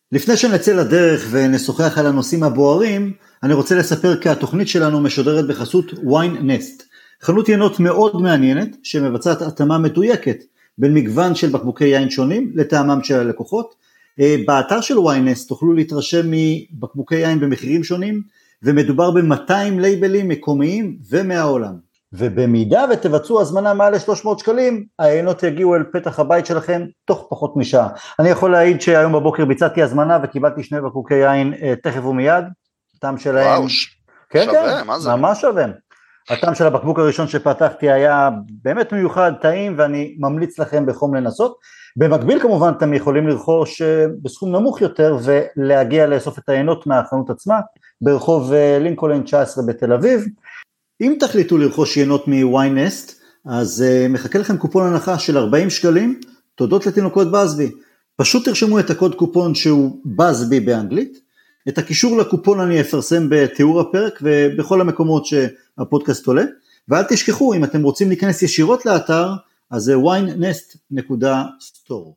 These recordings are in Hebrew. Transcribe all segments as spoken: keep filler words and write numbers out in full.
לפני שנצא לדרך ונשוחח על הנושאים הבוערים, אני רוצה לספר כי התוכנית שלנו משודרת בחסות ויין נסט, חנות יינות מאוד מעניינת שמבצעת התאמה מדויקת בין מגוון של בקבוקי יין שונים לטעמם של הלקוחות. באתר של ויין נסט תוכלו להתרשם מבקבוקי יין במחירים שונים, ומדובר ב-מאתיים לייבלים מקומיים ומהעולם. ובמידה ותבצעו הזמנה מעל ל-שלוש מאות שקלים, העיינות יגיעו אל פתח הבית שלכם תוך פחות משעה. אני יכול להעיד שהיום בבוקר ביצעתי הזמנה וקיבלתי שני בקבוקי יין תכף ומיד. הטעם שלהם... וואו, כן, שווה, כן, מה זה? ממש שווה. הטעם של הבקבוק הראשון שפתחתי היה באמת מיוחד, טעים, ואני ממליץ לכם בחום לנסות. במקביל כמובן אתם יכולים לרכוש בסכום נמוך יותר ולהגיע לאסוף את העיינות מהחנות עצמה, ברחוב לינקולן תשע עשרה בתל אביב. אם תחליטו לרכוש יינות מוויין נסט, אז uh, מחכה לכם קופון הנחה של ארבעים שקלים, תודות לתינוקות בזבי. פשוט תרשמו את הקוד קופון שהוא בזבי באנגלית, את הקישור לקופון אני אפרסם בתיאור הפרק ובכל המקומות שהפודקאסט עולה, ואל תשכחו, אם אתם רוצים להיכנס ישירות לאתר, אז זה ויין נסט נקודה סטור.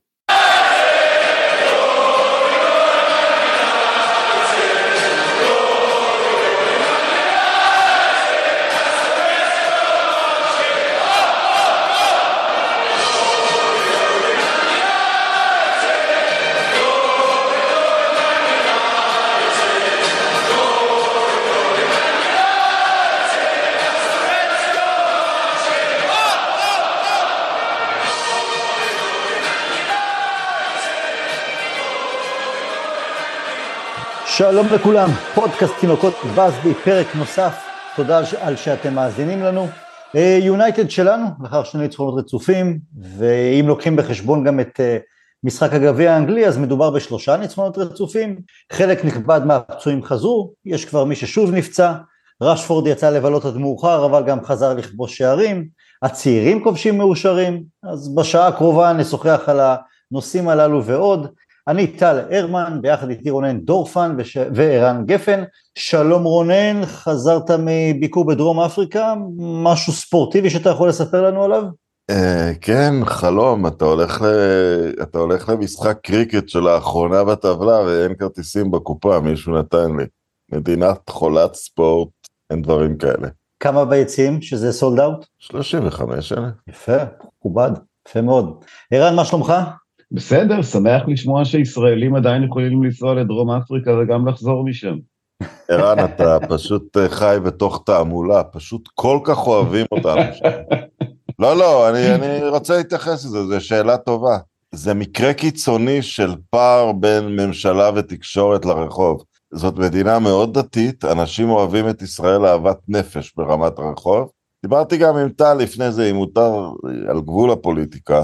שלום לכולם, פודקאסט תינוקות בזבי, פרק נוסף, תודה על שאתם מאזינים לנו. יונייטד שלנו, לאחר שני ניצחונות רצופים, ואם לוקחים בחשבון גם את משחק הגביע האנגלי, אז מדובר בשלושה ניצחונות רצופים, חלק נכבד מהפצועים חזרו, יש כבר מי ששוב נפצע, רשפורד יצא לבלות עד מאוחר, אבל גם חזר לכבוש שערים, הצעירים כובשים מאושרים, אז בשעה הקרובה נשוחח על הנושאים הללו ועוד. אני טל הרמן, ביחד איתי רונן דורפן וש... וערן גפן. שלום רונן, חזרת מביקור בדרום אפריקה, משהו ספורטיבי שאתה יכול לספר לנו עליו? כן, חלום, אתה הולך, ל... אתה הולך למשחק קריקט של האחרונה בטבלה ואין כרטיסים בקופה, מישהו נתן לי. מדינת חולת ספורט, אין דברים כאלה. כמה ביציעים שזה סולד אאוט? שלושים וחמש אלף. יפה, מכובד, יפה מאוד. ערן, מה שלומך? בסדר, שמח לשמוע שישראלים עדיין יכולים לנסוע לדרום אפריקה וגם לחזור משם. ערן, אתה פשוט חי בתוך תעמולה, פשוט כל כך אוהבים אותנו שם. לא, לא, אני, אני רוצה להתייחס לזה, זו שאלה טובה. זה מקרה קיצוני של פער בין ממשלה ותקשורת לרחוב. זאת מדינה מאוד דתית, אנשים אוהבים את ישראל אהבת נפש ברמת הרחוב. דיברתי גם עם טל לפני זה, אם מותר על גבול הפוליטיקה.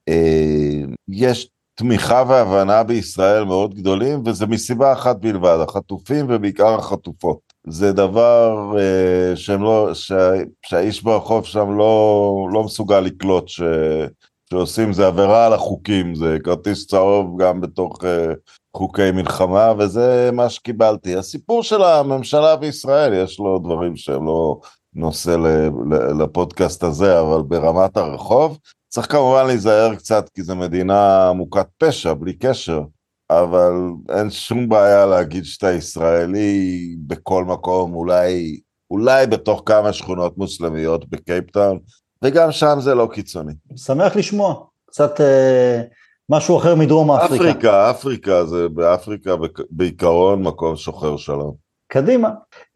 יש תמיכה והבנה בישראל מאוד גדולים, וזה מסיבה אחת בלבד, החטופים ובעיקר החטופות. זה דבר שהם לא, שה, שהאיש ברחוב שם לא, לא מסוגל לקלוט, ש, שעושים, זה עבירה על החוקים, זה כרטיס צהוב גם בתוך חוקי מלחמה, וזה מה שקיבלתי. הסיפור של הממשלה בישראל, יש לו דברים שהם לא נושא לפודקאסט הזה, אבל ברמת הרחוב, צריך כמובן להיזהר קצת, כי זו מדינה מוכת פשע, בלי קשר, אבל אין שום בעיה להגיד שאתה ישראלי בכל מקום, אולי, אולי בתוך כמה שכונות מוסלמיות בקייפטאון, וגם שם זה לא קיצוני. שמח לשמוע, קצת אה, משהו אחר מדרום אפריקה. אפריקה, אפריקה, זה באפריקה בעיקרון מקום שוחר שלום. קדימה.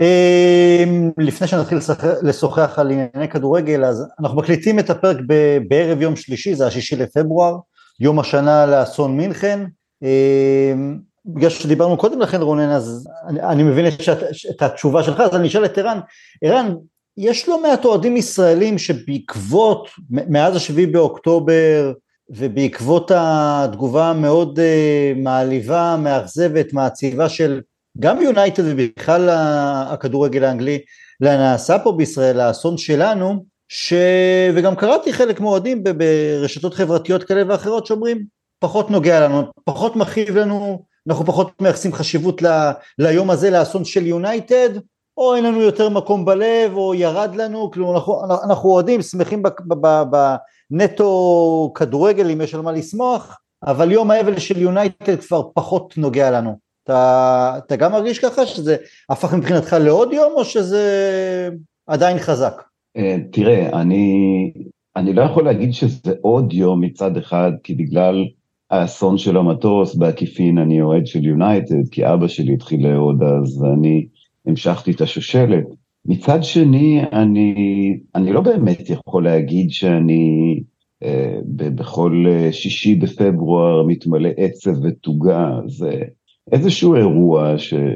לפני שנתחיל לשוחח על ענייני כדורגל, אז אנחנו מקליטים את הפרק בערב יום שלישי, זה השישי לפברואר, יום השנה לאסון מינכן. בגלל שדיברנו קודם לכן רונן, אז אני, אני מבין את התשובה שלך, אז אני אשאל את ערן. ערן, יש לא מעט אוהדים ישראלים שבעקבות, מאז השביעי באוקטובר, ובעקבות התגובה המאוד מעליבה, מאכזבת, מעציבה של גם יונייטד ובכלל הכדורגל האנגלי, לנעשה פה בישראל, האסון שלנו, ש... וגם קראתי חלק מועדים ברשתות חברתיות כאלה ואחרות שאומרים, פחות נוגע לנו, פחות מכאיב לנו, אנחנו פחות מייחסים חשיבות ל... ליום הזה, לאסון של יונייטד, או אין לנו יותר מקום בלב, או ירד לנו, כלומר אנחנו, אנחנו אוהדים, שמחים בנטו כדורגל, אם יש על מה לשמוח, אבל יום האבל של יונייטד כבר פחות נוגע לנו. אתה, אתה גם מרגיש ככה שזה הפך מבחינתך לעוד יום, או שזה עדיין חזק? תראה, אני, אני לא יכול להגיד שזה עוד יום מצד אחד, כי בגלל האסון של המטוס, בעקיפין אני אוהד של יונייטד, כי אבא שלי התחיל לעוד אז, ואני המשכתי את השושלת. מצד שני, אני, אני לא באמת יכול להגיד שאני אה, בכל שישי בפברואר מתמלא עצב ותוגה, זה איזשהו אירוע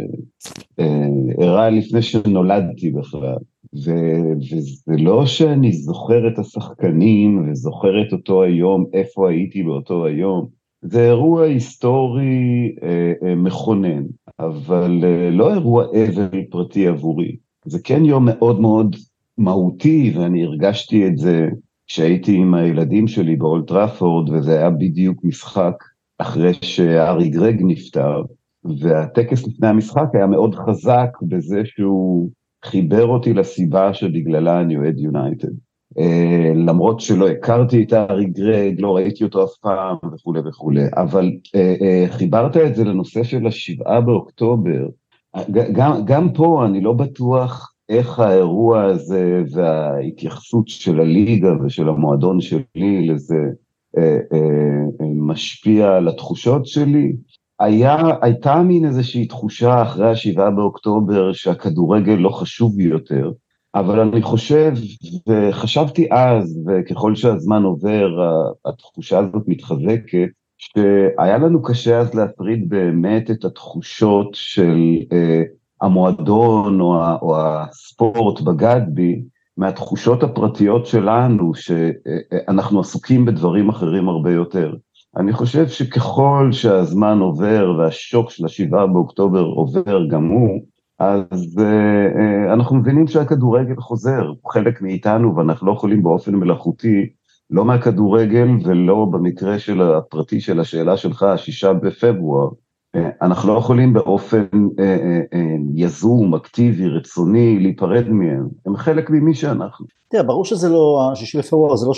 שאירע לפני שנולדתי בכלל, ו, וזה לא שאני זוכר את השחקנים וזוכר את אותו היום, איפה הייתי באותו היום, זה אירוע היסטורי אה, אה, מכונן, אבל אה, לא אירוע אבל פרטי עבורי. זה כן יום מאוד מאוד מהותי, ואני הרגשתי את זה כשהייתי עם הילדים שלי באולד טראפורד, וזה היה בדיוק משחק אחרי שארי גרג נפטר, והטקס לפני המשחק היה מאוד חזק בזה שהוא חיבר אותי לסיבה שבגללה אני אוהד יונייטד. Uh, למרות שלא הכרתי את הארי גרג, לא ראיתי אותו אף פעם וכו' וכו', אבל uh, uh, חיברת את זה לנושא של השבעה באוקטובר, גם, גם פה אני לא בטוח איך האירוע הזה וההתייחסות של הליגה ושל המועדון שלי לזה uh, uh, uh, משפיע על התחושות שלי. היה, הייתה מין איזושהי תחושה אחרי השבעה באוקטובר שהכדורגל לא חשוב יותר, אבל אני חושב, וחשבתי אז, וככל שהזמן עובר, התחושה הזאת מתחזקת, שהיה לנו קשה אז להפריד באמת את התחושות של אה, המועדון או, או הספורט בגדבי, מהתחושות הפרטיות שלנו, שאנחנו עסוקים בדברים אחרים הרבה יותר. אני חושב שככל שהזמן עובר והשוק של השבעה באוקטובר עובר גם הוא, אז uh, אנחנו מבינים שהכדורגל חוזר, הוא חלק מאיתנו, ואנחנו לא יכולים באופן מלאכותי, לא מהכדורגל ולא במקרה של הפרטי של השאלה שלך, השישה בפברואר, uh, אנחנו לא יכולים באופן uh, uh, uh, יזום, אקטיבי, רצוני, להיפרד מהם, הם חלק ממי שאנחנו. תראה, ברור שזה לא, השישי לפברואר זה לא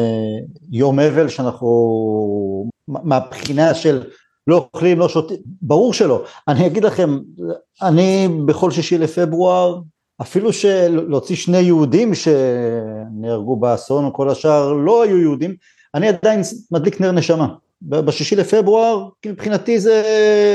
שיום אבל שאנחנו, מהבחינה של לא אוכלים, לא שותים, ברור שלא. אני אגיד לכם, אני בכל שישי לפברואר, אפילו שלהוציא שני יהודים שנהרגו באסון, או כל השאר לא היו יהודים, אני עדיין מדליק נר נשמה. בשישי לפברואר, מבחינתי זה,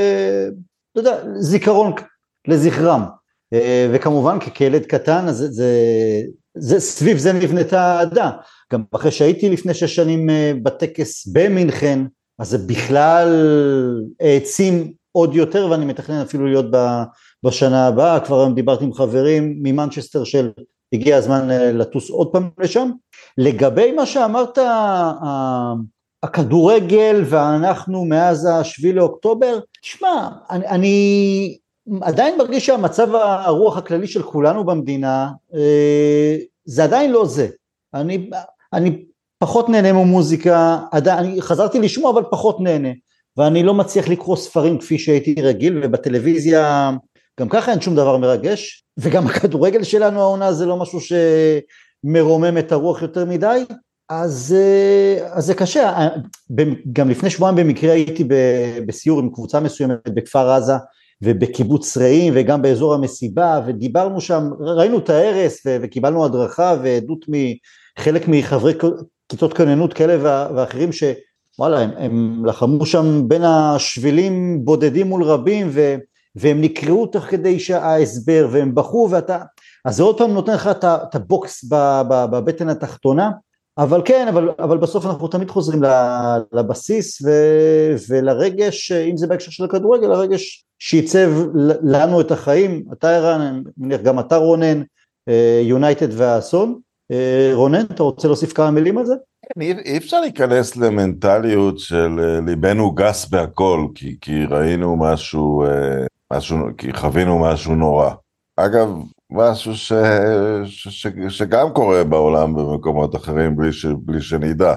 אתה יודע, זיכרון לזכרם. וכמובן, כילד קטן, זה, זה, זה, סביב זה נבנתה העדה. גם אחרי שהייתי לפני שש שנים בטקס במינכן, אז זה בכלל העצים עוד יותר, ואני מתכנן אפילו להיות בשנה הבאה, כבר היום דיברתי עם חברים ממנצ'סטר של הגיע הזמן לטוס עוד פעם לשם. לגבי מה שאמרת, הכדורגל ואנחנו מאז השביעי לאוקטובר, תשמע, אני, אני עדיין מרגיש שהמצב הרוח הכללי של כולנו במדינה, זה עדיין לא זה. אני, אני פחות נהנה ממוזיקה, אני חזרתי לשמוע אבל פחות נהנה, ואני לא מצליח לקרוא ספרים כפי שהייתי רגיל, ובטלוויזיה גם ככה אין שום דבר מרגש, וגם הכדורגל שלנו העונה זה לא משהו שמרומם את הרוח יותר מדי, אז, אז זה קשה. גם לפני שבועיים במקרה הייתי בסיור עם קבוצה מסוימת בכפר עזה, ובקיבוץ רעים, וגם באזור המסיבה, ודיברנו שם, ראינו את הערס, וקיבלנו הדרכה ועדות מחלק מחברי כיתות כוננות כאלה ואחרים, שוואלה, הם, הם לחמו שם בין השבילים בודדים מול רבים, ו, והם נקראו תוך כדי ההסבר, והם בחו, ואתה, אז זה עוד פעם נותן לך את הבוקס בבטן התחתונה, אבל כן, אבל, אבל בסוף אנחנו תמיד חוזרים לבסיס, ו, ולרגש, אם זה בהקשר של הכדורגל, הרגש שייצב לנו את החיים. אתה ערן, מניח גם אתה רונן, יונייטד והאסון. רונן, אתה רוצה להוסיף כמה מילים על זה? אי אפשר להיכנס למנטליות של ליבנו גס בהכל, כי, כי ראינו משהו, משהו, כי חווינו משהו נורא. אגב, משהו ש, ש, ש, שגם קורה בעולם במקומות אחרים בלי, ש, בלי שנדע.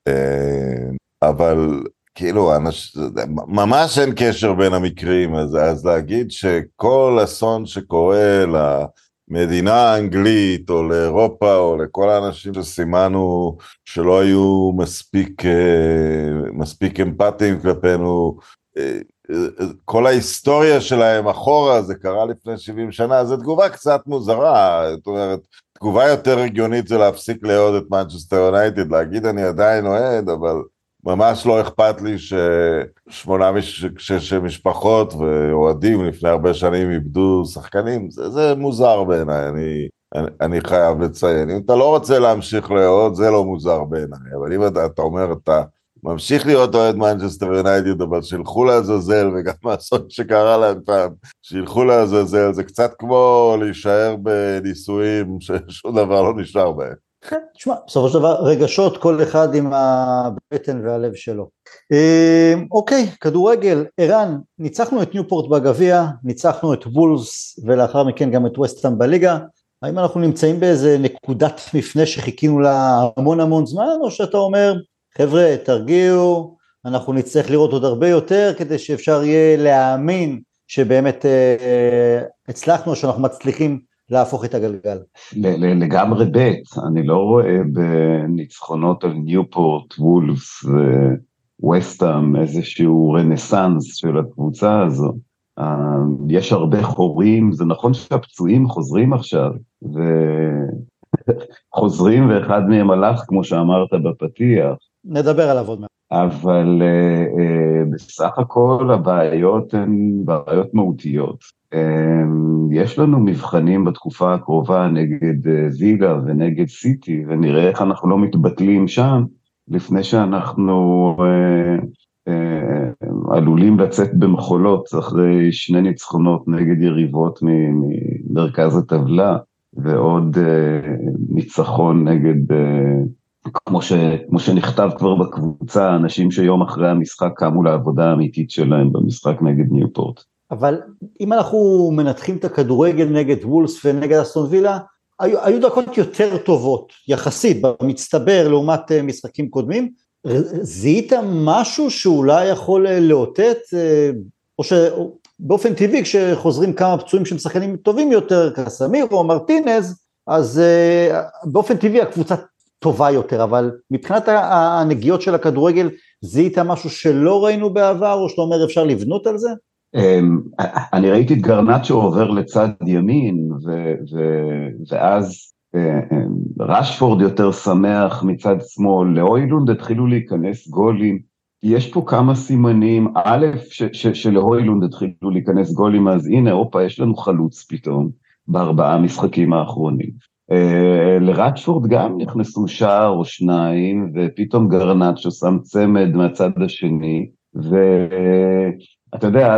אבל כאילו, אנש, ממש אין קשר בין המקרים, אז, אז להגיד שכל אסון שקורה ל, למדינה האנגלית או לאירופה או לכל האנשים שסימנו שלא היו מספיק, מספיק אמפתיים כלפינו, כל ההיסטוריה שלהם אחורה, זה קרה לפני שבעים שנה, זו תגובה קצת מוזרה, זאת אומרת, תגובה יותר הגיונית זה להפסיק לאהוד את מנצ'סטר יונייטד, להגיד אני עדיין אוהד, אבל ממש לא אכפת לי ששמונה שש משפחות ואוהדים לפני הרבה שנים איבדו שחקנים, זה, זה מוזר בעיניי, אני, אני, אני חייב לציין. אם אתה לא רוצה להמשיך לאהוד, זה לא מוזר בעיניי, אבל אם אתה, אתה אומר, אתה ממשיך להיות אוהד מנצ'סטר יונייטד, אבל שילכו לעזאזל, וגם מהסוד שקרה להם פעם, שילכו לעזאזל, זה קצת כמו להישאר בניסויים ששום דבר לא נשאר בהם. כן, תשמע, בסופו של דבר, רגשות, כל אחד עם הבטן והלב שלו. אוקיי, כדורגל, ערן, ניצחנו את ניופורט בגביע, ניצחנו את וולס, ולאחר מכן גם את ווסטהאם בליגה. האם אנחנו נמצאים באיזה נקודת מפנה שחיכינו לה המון המון זמן, או שאתה אומר, חבר'ה, תרגיעו, אנחנו נצטרך לראות עוד הרבה יותר, כדי שאפשר יהיה להאמין שבאמת אה, הצלחנו, שאנחנו מצליחים להפוך את הגלגל. לגמרי בית, אני לא רואה בניצחונות על ניופורט, וולפס וווסטהאם איזשהו רנסנס של הקבוצה הזו. יש הרבה חורים, זה נכון שהפצועים חוזרים עכשיו, וחוזרים ואחד מהם הלך, כמו שאמרת בפתיח. נדבר עליו עוד מעט. אבל uh, בסך הכל הבעיות הן בעיות מהותיות. Uh, יש לנו מבחנים בתקופה הקרובה נגד uh, וילה ונגד סיטי, ונראה איך אנחנו לא מתבטלים שם, לפני שאנחנו uh, uh, עלולים לצאת במחולות אחרי שני ניצחונות נגד יריבות ממרכז הטבלה, ועוד uh, ניצחון נגד... Uh, כמו, ש, כמו שנכתב כבר בקבוצה, אנשים שיום אחרי המשחק קמו לעבודה האמיתית שלהם במשחק נגד ניופורט. אבל אם אנחנו מנתחים את הכדורגל נגד וולס ונגד אסטון וילה, היו, היו דקות יותר טובות, יחסית, במצטבר לעומת משחקים קודמים. זיהית משהו שאולי יכול לאותת, או שבאופן טבעי, כשחוזרים כמה פצועים שהם שחקנים טובים יותר, קסמיר או מרטינז, אז באופן טבעי הקבוצה טובה יותר, אבל מבחינת הנגיעות של הכדורגל, זיהית משהו שלא ראינו בעבר, או שאתה אומר אפשר לבנות על זה? אני ראיתי את גרנצ'ו עובר לצד ימין, ואז רשפורד יותר שמח מצד שמאל, להוילונד התחילו להיכנס גולים, יש פה כמה סימנים, א', שלהוילונד התחילו להיכנס גולים, אז הנה, אופה, יש לנו חלוץ פתאום, בארבעה משחקים האחרונים. לרשפורד גם נכנסו שער או שניים, ופתאום גרנצ'ו שם צמד מהצד השני, ואתה יודע,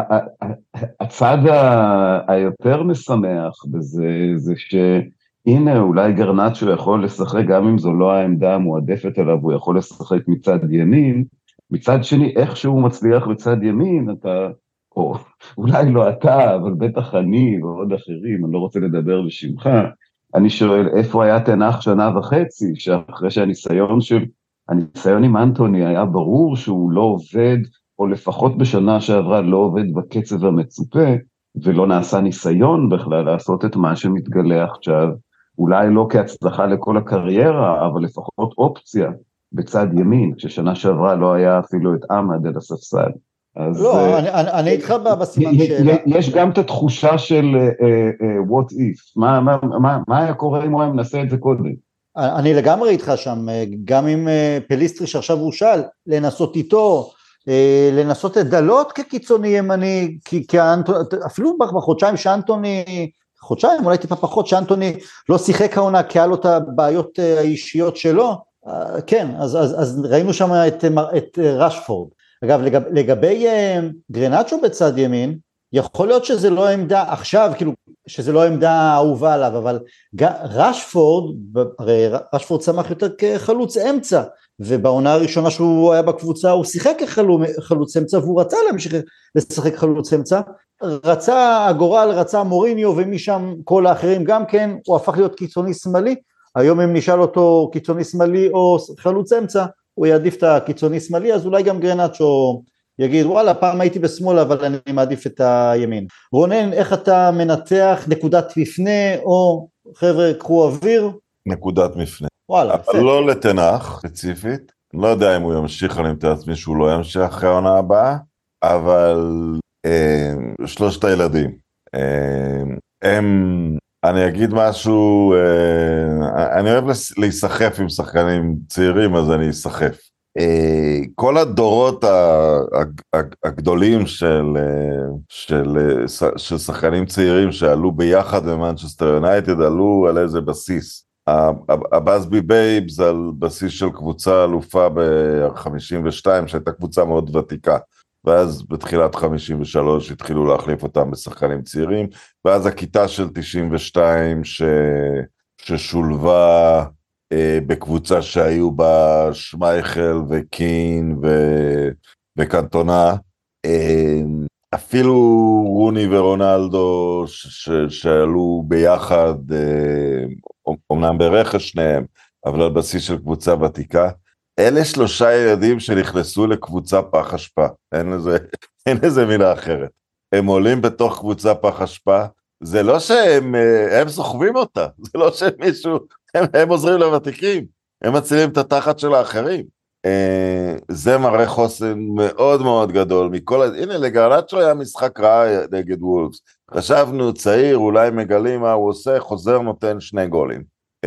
הצד היותר משמח בזה, זה שהנה אולי גרנצ'ו יכול לשחק, גם אם זו לא העמדה המועדפת עליו, הוא יכול לשחק מצד ימין, מצד שני איכשהו הוא מצליח בצד ימין, אתה, או אולי לא אתה, אבל בטח אני ועוד אחרים, אני לא רוצה לדבר בשמך, אני שואל, איפה היה תנח שנה וחצי, שאחרי שהניסיון של, הניסיון עם אנטוני היה ברור שהוא לא עובד, או לפחות בשנה שעברה לא עובד בקצב המצופה, ולא נעשה ניסיון בכלל לעשות את מה שמתגלה עכשיו, אולי לא כהצלחה לכל הקריירה, אבל לפחות אופציה בצד ימין, כששנה שעברה לא היה אפילו את עמד על הספסל. לא, אני איתך בסימן שאלה. יש גם את התחושה של what if, מה היה קורה אם הוא היה מנסה את זה קודם? אני לגמרי איתך שם, גם עם פליסטרי שעכשיו הוא שאל, לנסות איתו, לנסות את דלות כקיצוני ימני, אפילו בחודשיים שאנטוני, חודשיים, אולי טיפה פחות, שאנטוני לא שיחק העונה, כי היה לו את הבעיות האישיות שלו, כן, אז ראינו שם את רשפורד. אגב, לגב, לגבי uh, גרנצ'ו בצד ימין, יכול להיות שזה לא עמדה, עכשיו, כאילו, שזה לא עמדה אהובה עליו, אבל רשפורד, הרי רשפורד צמח יותר כחלוץ אמצע, ובעונה הראשונה שהוא היה בקבוצה, הוא שיחק כחלוץ אמצע, והוא רצה להמשיך לשחק חלוץ אמצע, רצה הגורל, רצה מוריניו, ומשם כל האחרים גם כן, הוא הפך להיות קיצוני שמאלי, היום אם נשאל אותו קיצוני שמאלי או חלוץ אמצע, הוא יעדיף את הקיצוני שמאלי, אז אולי גם גרנצ'ו יגיד וואלה פעם הייתי בשמאל אבל אני מעדיף את הימין. רונן, איך אתה מנתח נקודת מפנה או חבר'ה קחו אוויר? נקודת מפנה. וואלה, אבל לא לתנח ספציפית, אני לא יודע אם הוא ימשיך, אני מתאר לעצמי שהוא לא ימשיך אחרי העונה הבאה, אבל אה, שלושת הילדים, אה, הם, אני אגיד משהו, אה, אני אוהב להיסחף עם שחקנים צעירים, אז אני אסחף. אה, כל הדורות הגדולים של, של, של שחקנים צעירים שעלו ביחד במנצ'סטר יונייטד, עלו על איזה בסיס. הבאזבי בייבס על בסיס של קבוצה אלופה ב-חמישים ושתיים, שהייתה קבוצה מאוד ותיקה, ואז בתחילת חמישים ושלוש התחילו להחליף אותם בשחקנים צעירים, ואז הכיתה של תשעים ושתיים ש... ששולבה אה, בקבוצה שהיו בה שמייכל וקין ו... וקנטונה, אה, אפילו רוני ורונלדו ש... שעלו ביחד, אה, אומנם ברכש שניהם, אבל על בסיס של קבוצה ותיקה, אלה שלושה ילדים שנכנסו לקבוצה פח אשפה, אין לזה, אין לזה מילה אחרת. הם עולים בתוך קבוצה פח אשפה, זה לא שהם הם סוחבים אותה, זה לא שמישהו, הם, הם עוזרים לוותיקים, הם מצילים את התחת של האחרים. זה מראה חוסן מאוד מאוד גדול, מכל, הנה לגרנצ'ו היה משחק רע נגד וולפס, חשבנו צעיר, אולי מגלים מה הוא עושה, חוזר נותן שני גולים.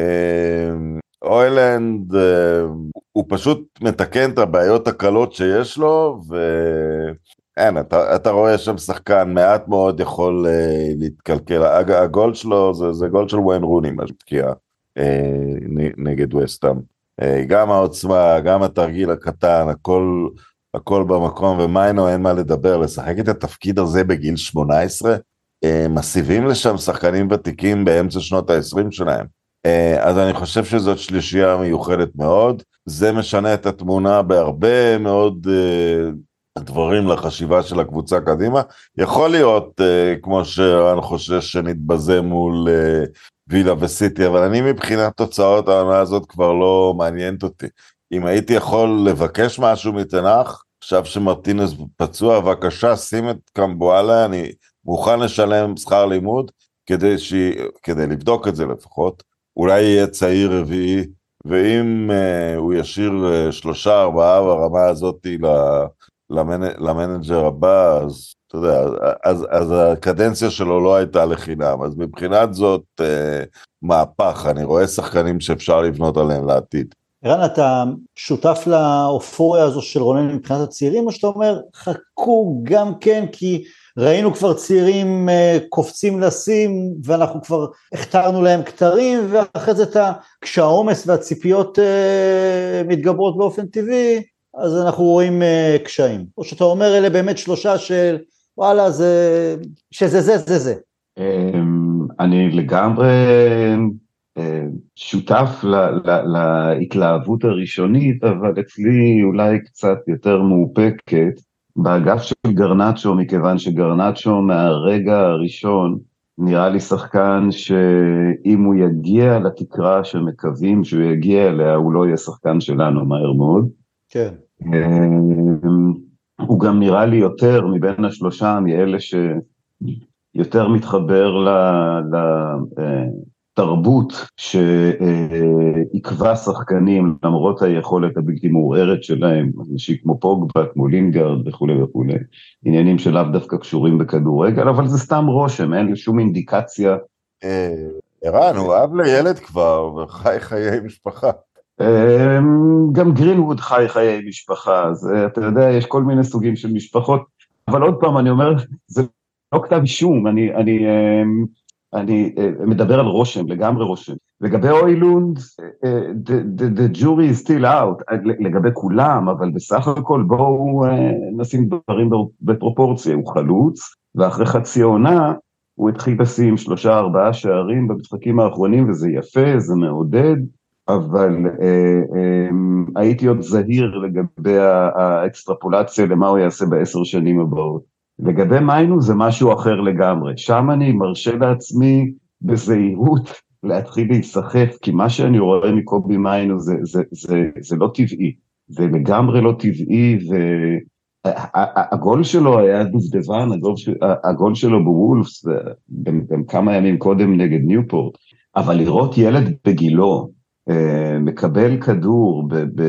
אוילנד, הוא פשוט מתקן את הבעיות הקלות שיש לו, ואין, אתה, אתה רואה שם שחקן, מעט מאוד יכול להתקלקל, הגול שלו זה, זה גול של וויין רוני, מה שפקיע נגד וסטאם. גם העוצמה, גם התרגיל הקטן, הכל, הכל במקום, ומיינו אין מה לדבר, לשחק את התפקיד הזה בגיל שמונה עשרה, מסיבים לשם שחקנים ותיקים באמצע שנות ה-עשרים שלהם. אז אני חושב שזאת שלישייה מיוחדת מאוד, זה משנה את התמונה בהרבה מאוד דברים לחשיבה של הקבוצה קדימה, יכול להיות כמו שאני חושש שנתבזה מול וילה וסיטי, אבל אני מבחינת תוצאות העונה הזאת כבר לא מעניינת אותי. אם הייתי יכול לבקש משהו מתנח, עכשיו שמרטינס פצוע, בבקשה שים את קמבואלה, אני מוכן לשלם שכר לימוד, כדי, ש... כדי לבדוק את זה לפחות, אולי יהיה צעיר רביעי, ואם uh, הוא ישיר uh, שלושה ארבעה ברמה הזאת למנ... למנג'ר הבא, אז אתה יודע, אז, אז הקדנציה שלו לא הייתה לחינם, אז מבחינת זאת uh, מהפך, אני רואה שחקנים שאפשר לבנות עליהם לעתיד. ערן, אתה שותף לאופוריה הזו של רונן מבחינת הצעירים, או שאתה אומר, חכו גם כן, כי ראינו כבר צעירים uh, קופצים לשים, ואנחנו כבר הכתרנו להם כתרים, ואחרי זה אתה, כשהעומס והציפיות uh, מתגברות באופן טבעי, אז אנחנו רואים uh, קשיים. או שאתה אומר, אלה באמת שלושה של, וואלה, זה, שזה זה, זה זה. אני לגמרי שותף להתלהבות הראשונית, אבל אצלי אולי קצת יותר מאופקת, באגף של גרנצ'ו, מכיוון שגרנצ'ו מהרגע הראשון, נראה לי שחקן שאם הוא יגיע לתקרה שמקווים שהוא יגיע אליה, הוא לא יהיה שחקן שלנו מהר מאוד. כן. הוא גם נראה לי יותר מבין השלושה, מאלה שיותר מתחבר לתרבות שעקבה שחקנים, למרות היכולת הבלתי מעורערת שלהם, אנשים כמו פוגבה, כמו לינגארד וכו' וכו', עניינים שלאו דווקא קשורים בכדורגל, אבל זה סתם רושם, אין שום אינדיקציה. ערן, הוא אב לילד כבר, וחי חיי משפחה. גם גרינווד חי חיי משפחה, אז אתה יודע, יש כל מיני סוגים של משפחות, אבל עוד פעם אני אומר, זה לא כתב אישום, אני, אני, אני מדבר על רושם, לגמרי רושם. לגבי אוילונד, the, the, the jury is still out, לגבי כולם, אבל בסך הכל בואו נשים דברים בפרופורציה, הוא חלוץ, ואחרי חצי עונה, הוא התחיל לשים שלושה ארבעה שערים במשחקים האחרונים, וזה יפה, זה מעודד, אבל אה, אה, הייתי עוד זהיר לגבי האקסטרפולציה למה הוא יעשה בעשר שנים הבאות. לגבי מיינו זה משהו אחר לגמרי, שם אני מרשה לעצמי בזהירות להתחיל להיסחף, כי מה שאני רואה מקובי מיינו זה, זה, זה, זה לא טבעי, זה לגמרי לא טבעי, הגול שלו היה דובדבן, הגול שלו בוולפס, כמה ימים קודם נגד ניופורט, אבל לראות ילד בגילו, מקבל כדור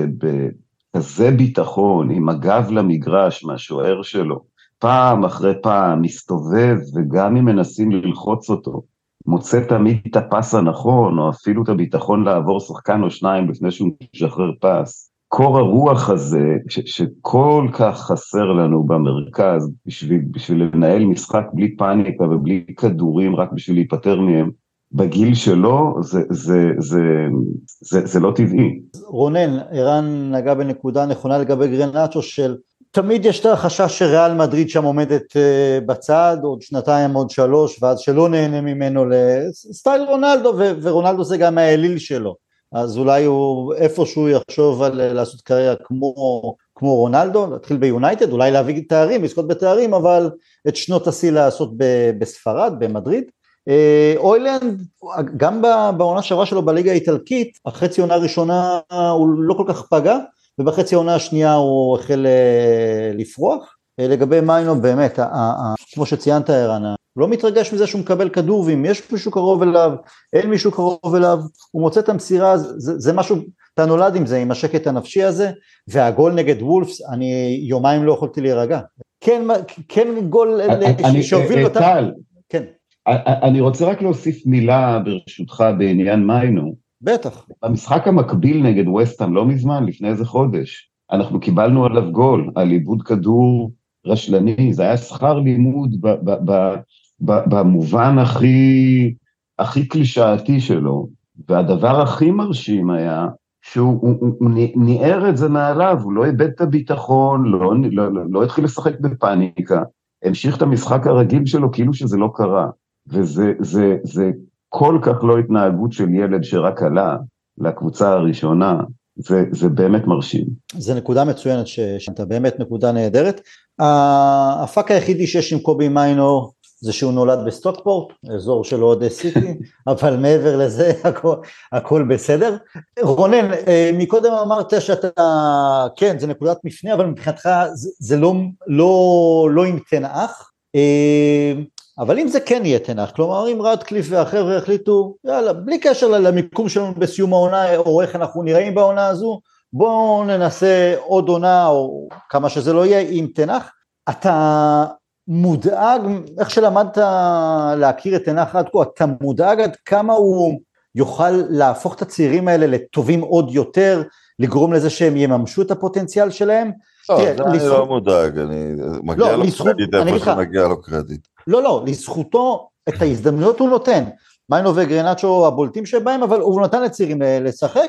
בכזה ביטחון, עם הגב למגרש מהשוער שלו, פעם אחרי פעם מסתובב, וגם אם מנסים ללחוץ אותו, מוצא תמיד את הפס הנכון, או אפילו את הביטחון לעבור שחקן או שניים לפני שהוא משחרר פס. קור הרוח הזה, ש- שכל כך חסר לנו במרכז, בשביל, בשביל לנהל משחק בלי פאניקה ובלי כדורים, רק בשביל להיפטר מהם, בגיל שלו, זה, זה, זה, זה, זה לא טבעי. רונן, ערן נגע בנקודה נכונה לגבי גרנצ'ו של, תמיד יש את החשש שריאל מדריד שם עומדת בצד, עוד שנתיים, עוד שלוש, ואז שלא נהנה ממנו לסטייל רונלדו, ו- ורונלדו זה גם האליל שלו. אז אולי הוא איפשהו יחשוב על לעשות קריירה כמו, כמו רונלדו, להתחיל ביונייטד, אולי להביא תארים, לזכות בתארים, אבל את שנות השיא לעשות בספרד, במדריד. אוילנד, גם בעונה שעברה שלו בליגה האיטלקית, החצי עונה הראשונה הוא לא כל כך פגע, ובחצי העונה השנייה הוא החל לפרוח. לגבי מיינו באמת, כמו שציינת ערן, לא מתרגש מזה שהוא מקבל כדור, ואם יש מישהו קרוב אליו, אין מישהו קרוב אליו, הוא מוצא את המסירה, זה, זה משהו, אתה נולד עם זה, עם השקט הנפשי הזה, והגול נגד וולפס, אני יומיים לא יכולתי להירגע. כן, כן גול שהוביל אותם. טל, כן. אני רוצה רק להוסיף מילה ברשותך בעניין מיינו. בטח. המשחק המקביל נגד ווסטהאם לא מזמן, לפני איזה חודש, אנחנו קיבלנו עליו גול, על איבוד כדור רשלני, זה היה שכר לימוד ב, ב, ב, ב, במובן הכי, הכי קלישאתי שלו, והדבר הכי מרשים היה, שהוא הוא, הוא, הוא ניער את זה מעליו, הוא לא איבד את הביטחון, לא, לא, לא, לא התחיל לשחק בפאניקה, המשיך את המשחק הרגיל שלו כאילו שזה לא קרה, וזה זה, זה כל כך לא התנהגות של ילד שרק עלה לקבוצה הראשונה, זה, זה באמת מרשים. זה נקודה מצוינת, שאתה באמת נקודה נהדרת. הפאק היחידי שיש עם קובי מיינו, זה שהוא נולד בסטוקפורט, אזור של אוהדי סיטי, אבל מעבר לזה, הכל, הכל בסדר. רונן, מקודם אמרת שאתה, כן, זה נקודת מפנה, אבל מבחינתך זה, זה לא, לא, לא עם תנאך, אבל אם זה כן יהיה תנאך, כלומר אם רדקליף והחבר'ה החליטו, יאללה, בלי קשר למיקום שלנו בסיום העונה, או איך אנחנו נראים בעונה הזו, בואו ננסה עוד עונה, או כמה שזה לא יהיה, עם תנאך. אתה מודאג, איך שלמדת להכיר את תנאך עד כה, אתה מודאג עד כמה הוא יוכל להפוך את הצעירים האלה לטובים עוד יותר, לגרום לזה שהם יממשו את הפוטנציאל שלהם? לא, זה אני לא מודאג, אני מגיע לו קרדיט איפה שמגיע לו קרדיט. לא, לא, לזכותו את ההזדמנויות הוא נותן, מיינו וגרנצ'ו הבולטים שבהם, אבל הוא נתן לצעירים לשחק,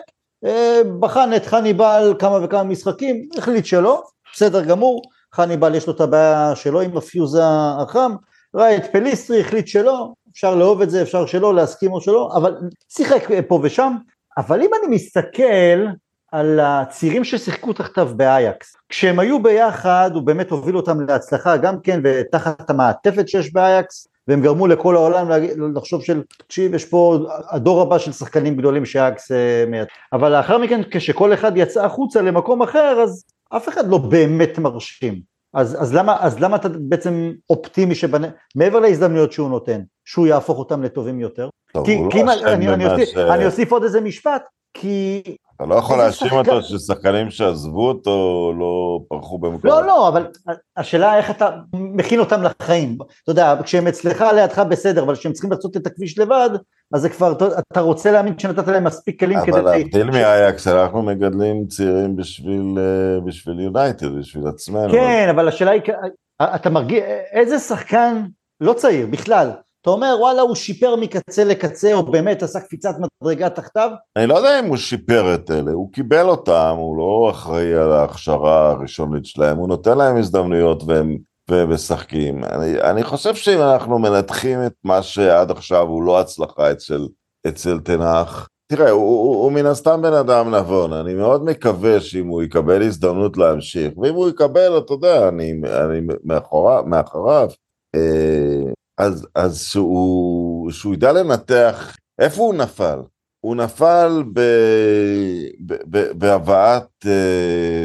בחן את חניבל כמה וכמה משחקים, החליט שלא, בסדר גמור, חניבל יש לו את הבעיה שלו עם הפיוז החם, ראה את פליסטרי, החליט שלא, אפשר לאהוב את זה, אפשר שלא, להסכים או שלא, אבל שיחק פה ושם, אבל אם אני מסתכל על הצעירים ששיחקו תחתיו באייקס, כשהם היו ביחד, הוא באמת הוביל אותם להצלחה גם כן, ותחת המעטפת שיש באייקס, והם גרמו לכל העולם לחשוב של, תקשיב, יש פה הדור הבא של שחקנים גדולים שאייקס מייצר, אבל לאחר מכן, כשכל אחד יצא החוצה למקום אחר, אז אף אחד לא באמת מרשים, אז, אז, למה, אז למה אתה בעצם אופטימי, שבנ... מעבר להזדמנויות שהוא נותן, שהוא יהפוך אותם לטובים יותר? טוב, כי, כי לא אני, אני, אני, אוסיף, אני אוסיף עוד איזה משפט, כי... אתה לא יכול להאשים אותו ששחקנים שעזבו אותו לא פרחו במקום. לא, לא, אבל השאלה איך אתה מכין אותם לחיים. אתה יודע, כשהם אצלך לידך בסדר, אבל כשהם צריכים לצאת את הכביש לבד, אז זה כבר, אתה רוצה להאמין שנתת להם מספיק כלים כדי... אבל להבדיל מאייקס, אנחנו מגדלים צעירים בשביל יונייטד, בשביל עצמנו. כן, אבל השאלה היא, אתה מרגיש, איזה שחקן לא צעיר בכלל, אתה אומר, וואלה, הוא שיפר מקצה לקצה, או באמת עשה קפיצת מדרגה תחתיו? אני לא יודע אם הוא שיפר את אלה, הוא קיבל אותם, הוא לא אחראי על ההכשרה הראשונית שלהם, הוא נותן להם הזדמנויות והם משחקים. אני, אני חושב שאם אנחנו מנתחים את מה שעד עכשיו הוא לא הצלחה אצל, אצל תנאך, תראה, הוא, הוא, הוא מן הסתם בן אדם נבון, אני מאוד מקווה שאם הוא יקבל הזדמנות להמשיך, ואם הוא יקבל, אתה יודע, אני, אני מאחוריו, מאחוריו אה, אז, אז שהוא, שהוא ידע לנתח, איפה הוא נפל? הוא נפל ב, ב, ב, בהבאת אה,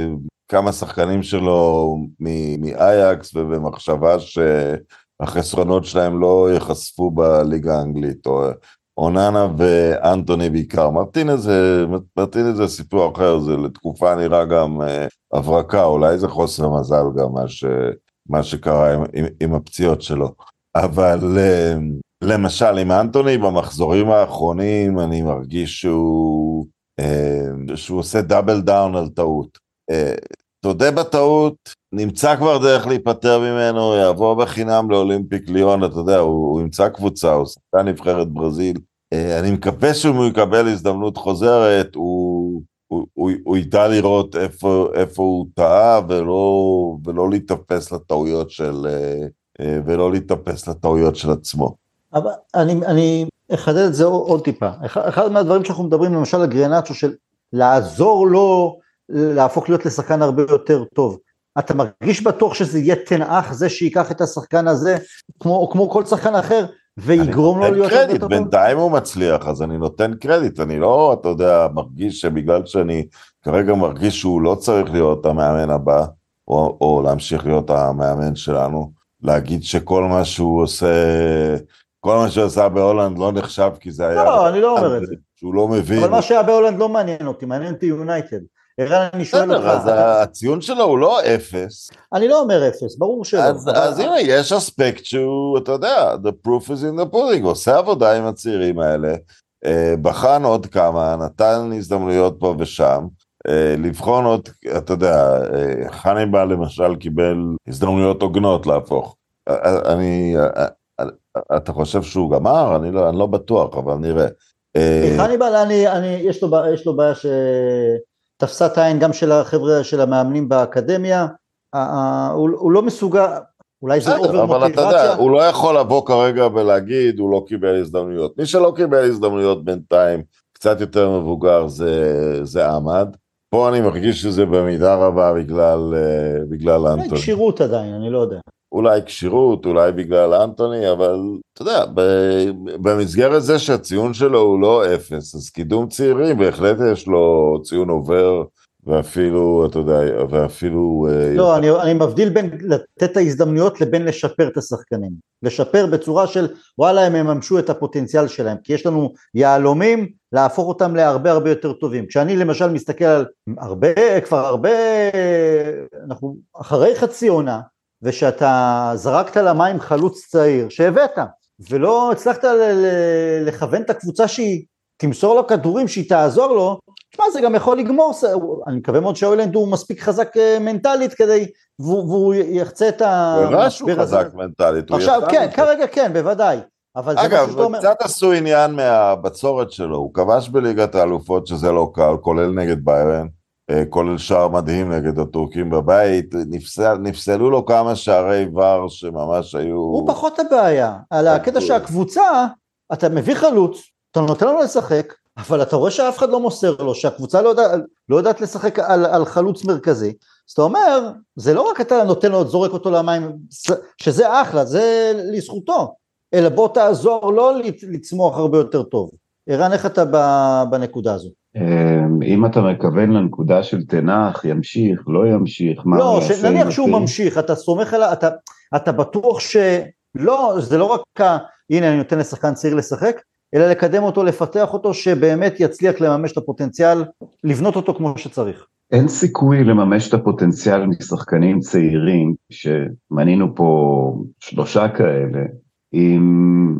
כמה שחקנים שלו מאייקס, ובמחשבה שהחסרונות שלהם לא יחשפו בליגה האנגלית, או אוננה ואנטוני בעיקר. מרטינז זה, מרטינז זה סיפור אחר, זה לתקופה נראה גם הברקה, אולי זה חוסר מזל גם מה, ש, מה שקרה עם, עם, עם הפציעות שלו. אבל למשל עם אנטוני במחזורים האחרונים אני מרגיש שהוא, שהוא עושה דאבל דאון על טעות. תודה בטעות, נמצא כבר דרך להיפטר ממנו, יעבור בחינם לאולימפיק ליון, אתה יודע, הוא, הוא ימצא קבוצה, הוא שחקן נבחרת ברזיל, אני מקווה שהוא יקבל הזדמנות חוזרת, הוא, הוא, הוא, הוא ידע לראות איפה, איפה הוא טעה, ולא, ולא להתאפס לטעויות של, ולא להתאפס לטעויות של עצמו. אבל אני, אני אחדד את זה עוד טיפה, אחד מהדברים שאנחנו מדברים, למשל הגרנצ'ו של לעזור לו, להפוך להיות לשחקן הרבה יותר טוב. אתה מרגיש בטוח שזה יהיה תנאך, זה שיקח את השחקן הזה, כמו, כמו כל שחקן אחר, ויגרום לו להיות הרבה יותר טוב? בינתיים הוא מצליח, אז אני נותן קרדיט, אני לא, אתה יודע, מרגיש שבגלל שאני כרגע מרגיש שהוא לא צריך להיות המאמן הבא, או, או להמשיך להיות המאמן שלנו, להגיד שכל מה שהוא עושה, כל מה שהוא עשה בהולנד לא נחשב, כי זה היה... לא, אני לא אומר את זה. שהוא לא מבין. אבל מה שהיה בהולנד לא מעניין אותי, מעניין אותי יונייטד. ערן, אני שואל אותך. אז הציון שלו הוא לא אפס. אני לא אומר אפס, ברור שלא. אז הנה, יש אספקט שהוא, אתה יודע, the proof is in the pudding, עושה עבודה עם הצעירים האלה, בחן עוד כמה, נתן הזדמנויות פה ושם, לבחון עוד, אתה יודע, חניבל למשל קיבל הזדמנויות הוגנות להפוך. אני, אתה חושב שהוא גמר? אני לא, אני לא בטוח, אבל נראה. חניבל, אני, אני, יש לו, יש לו בעיה ש... תפסת העין גם של החבר'ה, של המאמנים באקדמיה, הוא לא מסוגל, אולי זה אובר מוטיבציה. אבל אתה יודע, הוא לא יכול לבוא כרגע ולהגיד, הוא לא קיבל הזדמנויות. מי שלא קיבל הזדמנויות בינתיים, קצת יותר מבוגר, זה עמד. פה אני מרגיש שזה במידה רבה בגלל אנטוני. אולי קשירות עדיין, אני לא יודע. אולי קשירות, אולי בגלל אנטוני, אבל אתה יודע, במסגרת זה שהציון שלו הוא לא אפס, אז קידום צעירים בהחלט יש לו ציון עובר, ואפילו, אתה יודע, ואפילו... לא, אני, אני מבדיל בין לתת את ההזדמנויות לבין לשפר את השחקנים. לשפר בצורה של, וואלה, הם מממשו את הפוטנציאל שלהם, כי יש לנו יעלומים, להפוך אותם להרבה הרבה יותר טובים. כשאני למשל מסתכל על הרבה, כבר הרבה, אנחנו אחרי חצי עונה, ושאתה זרקת למים חלוץ צעיר, שהבאת, ולא הצלחת לכוון את הקבוצה שהיא תמסור לו כדורים, שהיא תעזור לו, מה זה גם יכול לגמור, אני מקווה מאוד שהאוילנד הוא מספיק חזק מנטלית, כדי, והוא יחצה את המשבר הזה. הוא חזק מנטלית. עכשיו, כן, כרגע כן, בוודאי. אגב, קצת עשו עניין מהבצורת שלו, הוא כבש בליגת האלופות, שזה לא קל, כולל נגד ביירן, כולל שער מדהים נגד הטורקים בבית, נפסל, נפסלו לו כמה שערי ור שממש היו... הוא פחות הבעיה, על הקטע שהקבוצה, אתה מביא חלוץ, אתה נותן לו לשחק, אבל אתה רואה שאף אחד לא מוסר לו, שהקבוצה לא, יודע, לא יודעת לשחק על, על חלוץ מרכזי, אז אתה אומר, זה לא רק אתה נותן לו, זורק אותו למים, שזה אחלה, זה לזכותו, אלא בוא תעזור לו לצמוח הרבה יותר טוב. ערן, איך אתה בנקודה הזו? אם אתה מכוון לנקודה של תנח, ימשיך, לא ימשיך, מה לא, נניח שהוא ממשיך, אתה סומך עליו, אתה, אתה בטוח שלא, זה לא רק, הנה אני נותן לשחקן צעיר לשחק, אלא לקדם אותו, לפתח אותו, שבאמת יצליח לממש את הפוטנציאל, לבנות אותו כמו שצריך. אין סיכוי לממש את הפוטנציאל משחקנים צעירים, שמנינו פה שלושה כאלה, עם...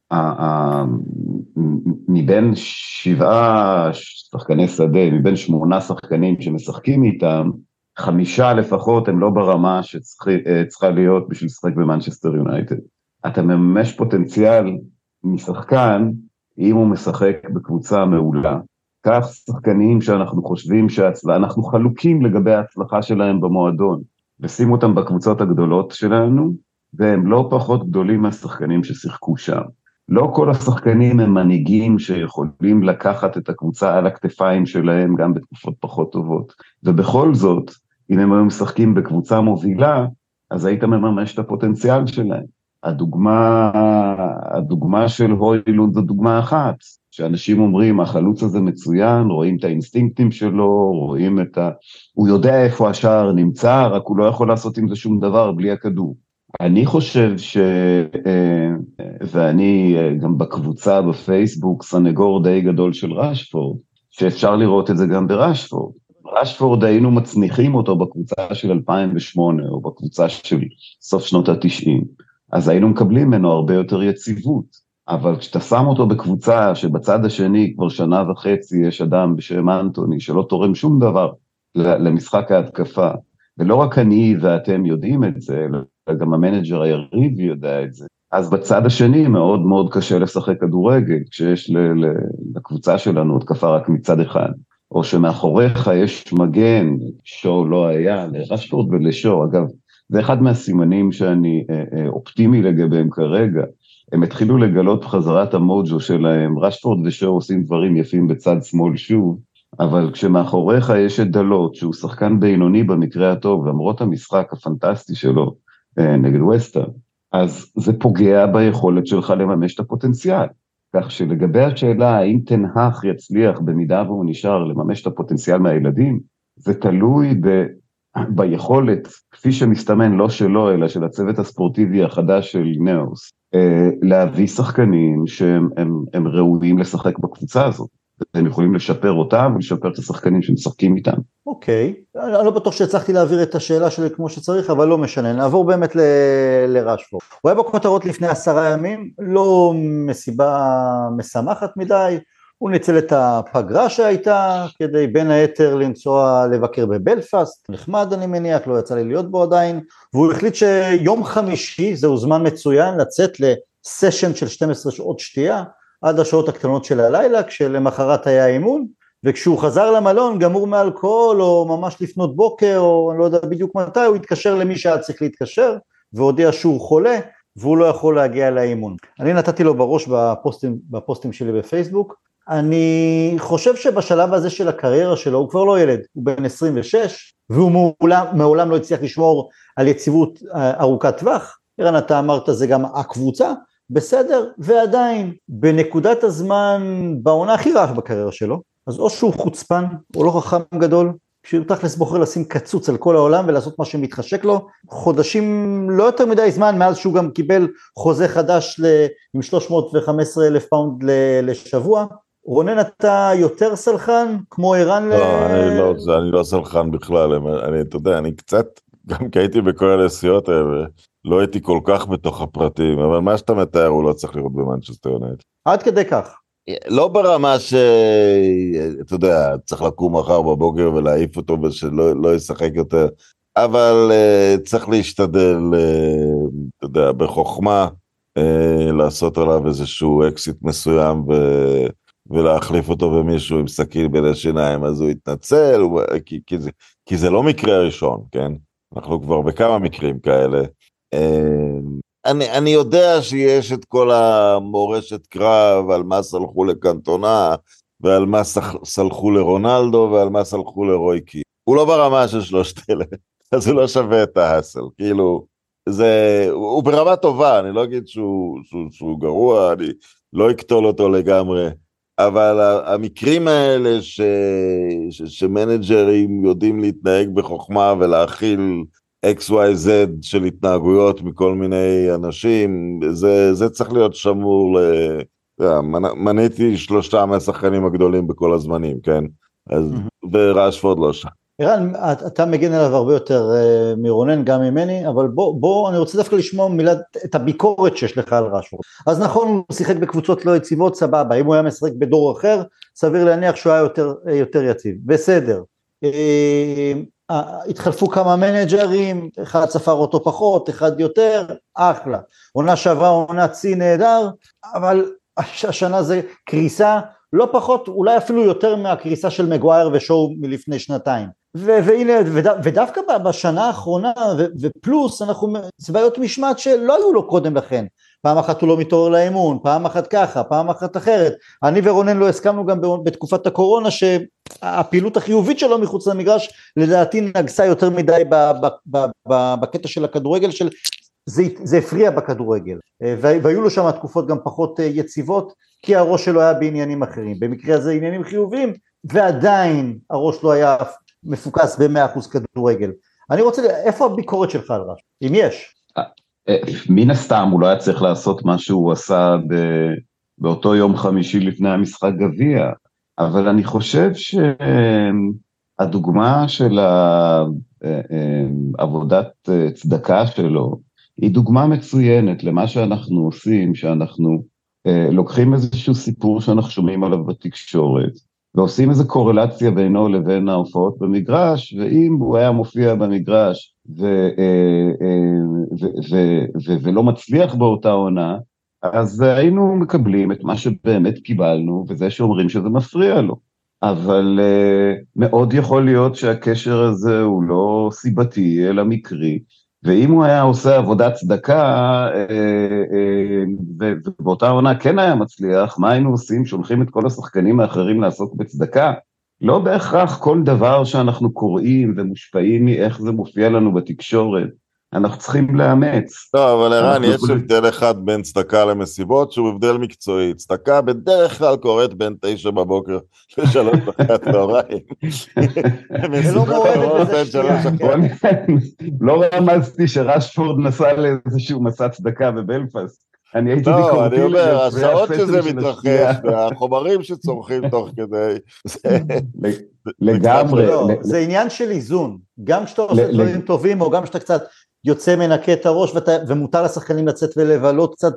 מבין שבעה שחקני שדה, מבין שמונה שחקנים שמשחקים איתם, חמישה לפחות הם לא ברמה שצריכה להיות בשביל לשחק במנצ'סטר יונייטד. אתה מממש פוטנציאל משחקן, אם הוא משחק בקבוצה מעולה, כך שחקנים שאנחנו חושבים שאנחנו חלוקים לגבי ההצלחה שלהם במועדון, ושימו אותם בקבוצות הגדולות שלנו, והם לא פחות גדולים מהשחקנים ששיחקו שם. לא כל השחקנים הם מנהיגים שיכולים לקחת את הקבוצה על הכתפיים שלהם גם בתקופות פחות טובות. ובכל זאת, אם הם היו משחקים בקבוצה מובילה, אז היית מממש את הפוטנציאל שלהם. הדוגמה, הדוגמה של הוילונד זו דוגמה אחת, שאנשים אומרים, החלוץ הזה מצוין, רואים את האינסטינקטים שלו, רואים את ה... הוא יודע איפה השער נמצא, רק הוא לא יכול לעשות עם זה שום דבר בלי הכדור. אני חושב ש... ואני גם בקבוצה בפייסבוק, סנגור די גדול של רשפורד, שאפשר לראות את זה גם ברשפורד. רשפורד היינו מצניחים אותו בקבוצה של אלפיים ושמונה, או בקבוצה של סוף שנות ה-תשעים, אז היינו מקבלים ממנו הרבה יותר יציבות. אבל כשאתה שם אותו בקבוצה שבצד השני כבר שנה וחצי יש אדם בשם אנטוני שלא תורם שום דבר למשחק ההתקפה, ולא רק אני ואתם יודעים את זה, אלא גם המנג'ר היריב יודע את זה, אז בצד השני מאוד מאוד קשה לשחק כדורגל, כשיש לקבוצה שלנו התקפה רק מצד אחד, או שמאחוריך יש מגן, שו לא היה, לרשפורד ולשו, אגב, זה אחד מהסימנים שאני אופטימי לגביהם כרגע, הם התחילו לגלות בחזרת המוג'ו שלהם, רשפורד ושו עושים דברים יפים בצד שמאל שוב, אבל כשמאחוריך יש את דלות, שהוא שחקן בינוני במקרה הטוב, למרות המשחק הפנטסטי שלו נגד ווסטהאם, אז זה פוגע ביכולת שלך לממש את הפוטנציאל. כך שלגבי השאלה, האם תנהך יצליח במידה והוא נשאר לממש את הפוטנציאל מהילדים, זה תלוי ב... ביכולת, כפי שמסתמן לא שלו, אלא של הצוות הספורטיבי החדש של נאוס, להביא שחקנים שהם הם, הם ראויים לשחק בקבוצה הזאת. הם יכולים לשפר אותם ולשפר את השחקנים שמשחקים איתם. אוקיי, אני לא בטוח שהצלחתי להעביר את השאלה שלי כמו שצריך, אבל לא משנה, נעבור באמת לרשפורד. הוא היה בכותרות לפני עשרה ימים, לא מסיבה משמחת מדי, הוא ניצל את הפגרה שהייתה, כדי בין היתר לנסוע לבקר בבלפאסט, נחמד אני מניח, לא יצא לי להיות בו עדיין, והוא החליט שיום חמישי, זהו זמן מצוין, לצאת לסשן של שתים עשרה שעות שתייה, עד השעות הקטנות של הלילה, כשלמחרת היה אימון, וכשהוא חזר למלון, גמור מאלכוהול, או ממש לפנות בוקר, או אני לא יודע בדיוק מתי, הוא התקשר למי שהיה צריך להתקשר, והודיע שהוא חולה, והוא לא יכול להגיע לאימון. אני נתתי לו בראש בפוסטים, בפוסטים שלי בפייסבוק, אני חושב שבשלב הזה של הקריירה שלו, הוא כבר לא ילד, הוא בן עשרים ושש, והוא מעולם, מעולם לא הצליח לשמור על יציבות ארוכת טווח, אירן אתה אמרת זה גם הקבוצה, בסדר, ועדיין, בנקודת הזמן, בעונה הכי רעה בקריירה שלו, אז או שהוא חוצפן, או לא חכם גדול, כשהוא תכלס בוחר לשים קצוץ על כל העולם, ולעשות מה שמתחשק לו, חודשים לא יותר מדי זמן, מאז שהוא גם קיבל חוזה חדש ל- עם שלוש מאות וחמש עשרה אלף פאונד ל- לשבוע, רונן אתה יותר סלחן, כמו אירן? לא, ל... אני, לא אני לא סלחן בכלל, אני, אתה יודע, אני קצת, גם כי הייתי בכל הנסיעות האלה, לא הייתי כל כך בתוך הפרטים, אבל מה שאתה מתאר הוא לא צריך לראות במנצ'סטר יונייטד. עד כדי כך. לא ברמה ש... אתה יודע, צריך לקום מחר בבוקר ולהעיף אותו ושלא לא ישחק יותר, אבל uh, צריך להשתדל, uh, אתה יודע, בחוכמה, uh, לעשות עליו איזשהו אקסיט מסוים ו... ולהחליף אותו במישהו עם סכין בין השיניים, אז הוא יתנצל, הוא... כי, כי, זה... כי זה לא מקרה ראשון, כן? אנחנו כבר בכמה מקרים כאלה. אני, אני יודע שיש את כל המורשת קרב על מה סלחו לקנטונה, ועל מה סלחו לרונלדו, ועל מה סלחו לרויקי. הוא לא ברמה של שלושת אלה, אז הוא לא שווה את ההסל. כאילו, זה, הוא ברמה טובה, אני לא אגיד שהוא, שהוא, שהוא גרוע, אני לא אקטול אותו לגמרי, אבל המקרים האלה ש, ש, שמנג'רים יודעים להתנהג בחוכמה ולהכיל אקס וואי זד של התנהגויות מכל מיני אנשים, זה, זה צריך להיות שמור, ל... מניתי שלושה מהשחקנים הגדולים בכל הזמנים, כן? אז, ורשפורד לא שם. אירן, אתה מגן עליו הרבה יותר uh, מרונן, גם ממני, אבל בוא, בוא, אני רוצה דווקא לשמוע מילה, את הביקורת שיש לך על רשפורד. אז נכון, הוא שיחק בקבוצות לא יציבות, סבבה, אם הוא היה משחק בדור אחר, סביר להניח שהוא היה יותר, יותר יציב, בסדר. Uh, התחלפו כמה מנג'רים, אחד ספר אותו פחות, אחד יותר, אחלה. עונה שעברה, עונה צי נהדר, אבל השנה זה קריסה, לא פחות, אולי אפילו יותר מהקריסה של מגווייר ושואו מלפני שנתיים. ו- והנה, וד- ודווקא בשנה האחרונה, ו- ופלוס, אנחנו, זה בעיות משמעת שלא היו לו קודם לכן. פעם אחת הוא לא מתעורר לאימון, פעם אחת ככה, פעם אחת אחרת. אני ורונן לא הסכמנו גם בתקופת הקורונה, שהפעילות החיובית שלו מחוץ למגרש, לדעתי נגסה יותר מדי ב- ב- ב- ב- בקטע של הכדורגל, של זה, זה הפריע בכדורגל, והיו לו שם תקופות גם פחות יציבות, כי הראש שלו היה בעניינים אחרים, במקרה הזה עניינים חיוביים, ועדיין הראש לא היה מפוקס ב-מאה אחוז כדורגל. אני רוצה, איפה הביקורת שלך על רשפורד, אם יש? מן הסתם הוא לא היה צריך לעשות מה שהוא עשה באותו יום חמישי לפני המשחק גביע, אבל אני חושב שהדוגמה של עבודת צדקה שלו, היא דוגמה מצוינת למה שאנחנו עושים, שאנחנו לוקחים איזשהו סיפור שאנחנו שומעים עליו בתקשורת, ועושים איזו קורלציה בינו לבין ההופעות במגרש, ואם הוא היה מופיע במגרש ו- ו- ו- ו- ולא מצליח באותה עונה, אז היינו מקבלים את מה שבאמת קיבלנו, וזה שאומרים שזה מפריע לו. אבל מאוד יכול להיות שהקשר הזה הוא לא סיבתי, אלא מקרי, ואם הוא היה עושה עבודת צדקה, ובאותה עונה כן היה מצליח, מה היינו עושים? שולחים את כל השחקנים האחרים לעסוק בצדקה? לא בהכרח כל דבר שאנחנו קוראים ומושפעים מאיך זה מופיע לנו בתקשורת, אנחנו צריכים לאמץ. לא, אבל ערן, יש הבדל אחד בין צדקה למסיבות, שהוא הבדל מקצועי. צדקה בדרך כלל קורית בין תשע בבוקר לשלוש אחת צהריים. לא רמזתי שרשפורד נסע לאיזשהו מסע צדקה בבלפאסט. אני הייתי ביקורתי. לא, אני אומר, השעות שזה מתרחש, והחומרים שצורכים תוך כדי. לגמרי. זה עניין של איזון. גם כשאתה עושה דברים טובים, או גם כשאתה קצת יוצא מנקה את הראש, ומותר לשחקנים לצאת ולבלות קצת,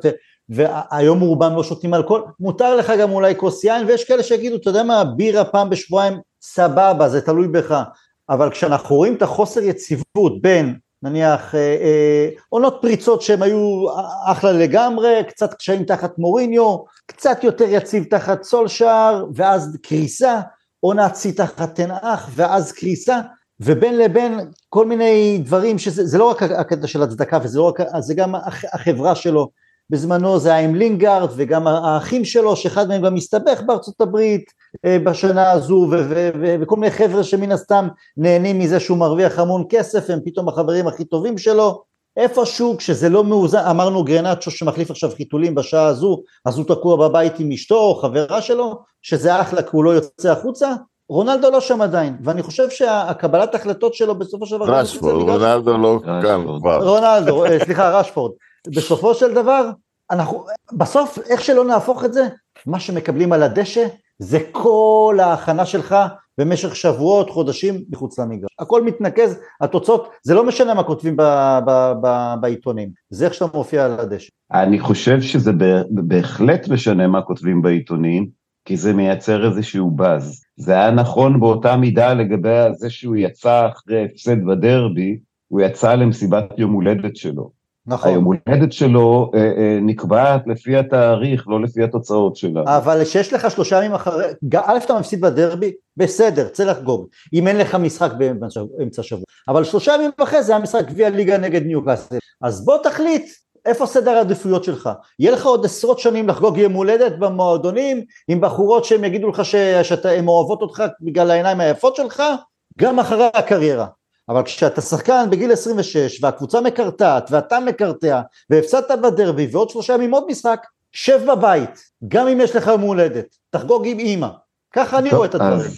והיום רובם לא שותים אלכוהול, מותר לך גם אולי כוס יין, ויש כאלה שיגידו, אתה יודע מה, בירה פעם בשבועיים, סבבה, זה תלוי בך, אבל כשאנחנו רואים את החוסר יציבות בין, נניח, אה, אה, עונות פריצות שהם היו אחלה לגמרי, קצת קשיים תחת מוריניו, קצת יותר יציב תחת סולשאר, ואז קריסה, עונה צי תחת תנאך, ואז קריסה, ובין לבין כל מיני דברים, שזה, זה לא רק הקטע של הצדקה, וזה לא רק, זה גם החברה שלו, בזמנו זה היה עם לינגארד, וגם האחים שלו, שאחד מהם גם מסתבך בארצות הברית, בשנה הזו, ו- ו- ו- וכל מיני חבר'ה שמן הסתם נהנים מזה שהוא מרוויח המון כסף, הם פתאום החברים הכי טובים שלו, איפשהו כשזה לא מאוזן, אמרנו גרנצ'ו שמחליף עכשיו חיתולים בשעה הזו, אז הוא תקוע בבית עם אשתו או חברה שלו, שזה אחלה כי הוא לא יוצא החוצה, רונלדו לא שם עדיין, ואני חושב שהקבלת החלטות שלו בסופו של דבר... רשפורד, רונלדו לא כאן כבר. רונלדו, סליחה, רשפורד. בסופו של דבר, אנחנו, בסוף, איך שלא נהפוך את זה, מה שמקבלים על הדשא, זה כל ההכנה שלך במשך שבועות, חודשים, מחוץ למגרש. הכל מתנקז, התוצאות, זה לא משנה מה כותבים ב- ב- ב- בעיתונים, זה איך שאתה מופיע על הדשא. אני חושב שזה בהחלט משנה מה כותבים בעיתונים, כי זה מייצר איזשהו באז. זה היה נכון באותה מידה לגבי זה שהוא יצא אחרי הפסד בדרבי, הוא יצא למסיבת יום הולדת שלו. נכון. היום הולדת שלו אה, אה, נקבעת לפי התאריך, לא לפי התוצאות שלה. אבל שיש לך שלושה ימים אחרי, א' אתה מפסיד בדרבי, בסדר, צא לחגוג, אם אין לך משחק באמצע שבוע, אבל שלושה ימים אחרי זה המשחק גביע ליגה נגד ניוקאסל, אז בוא תחליט איפה סדר העדיפויות שלך, יהיה לך עוד עשרות שנים לחגוג יום הולדת במועדונים, עם בחורות שהם יגידו לך שהן אוהבות אותך בגלל העיניים היפות שלך, גם אחרי הקריירה. אבל כשאתה שחקן בגיל עשרים ושש, והקבוצה מקרטעת, ואתה מקרטע, והפסדת בדרבי, ועוד שלושה ימים עוד משחק, שב בבית, גם אם יש לך יום הולדת, תחגוג עם אמא. ככה אני רואה את הדברים.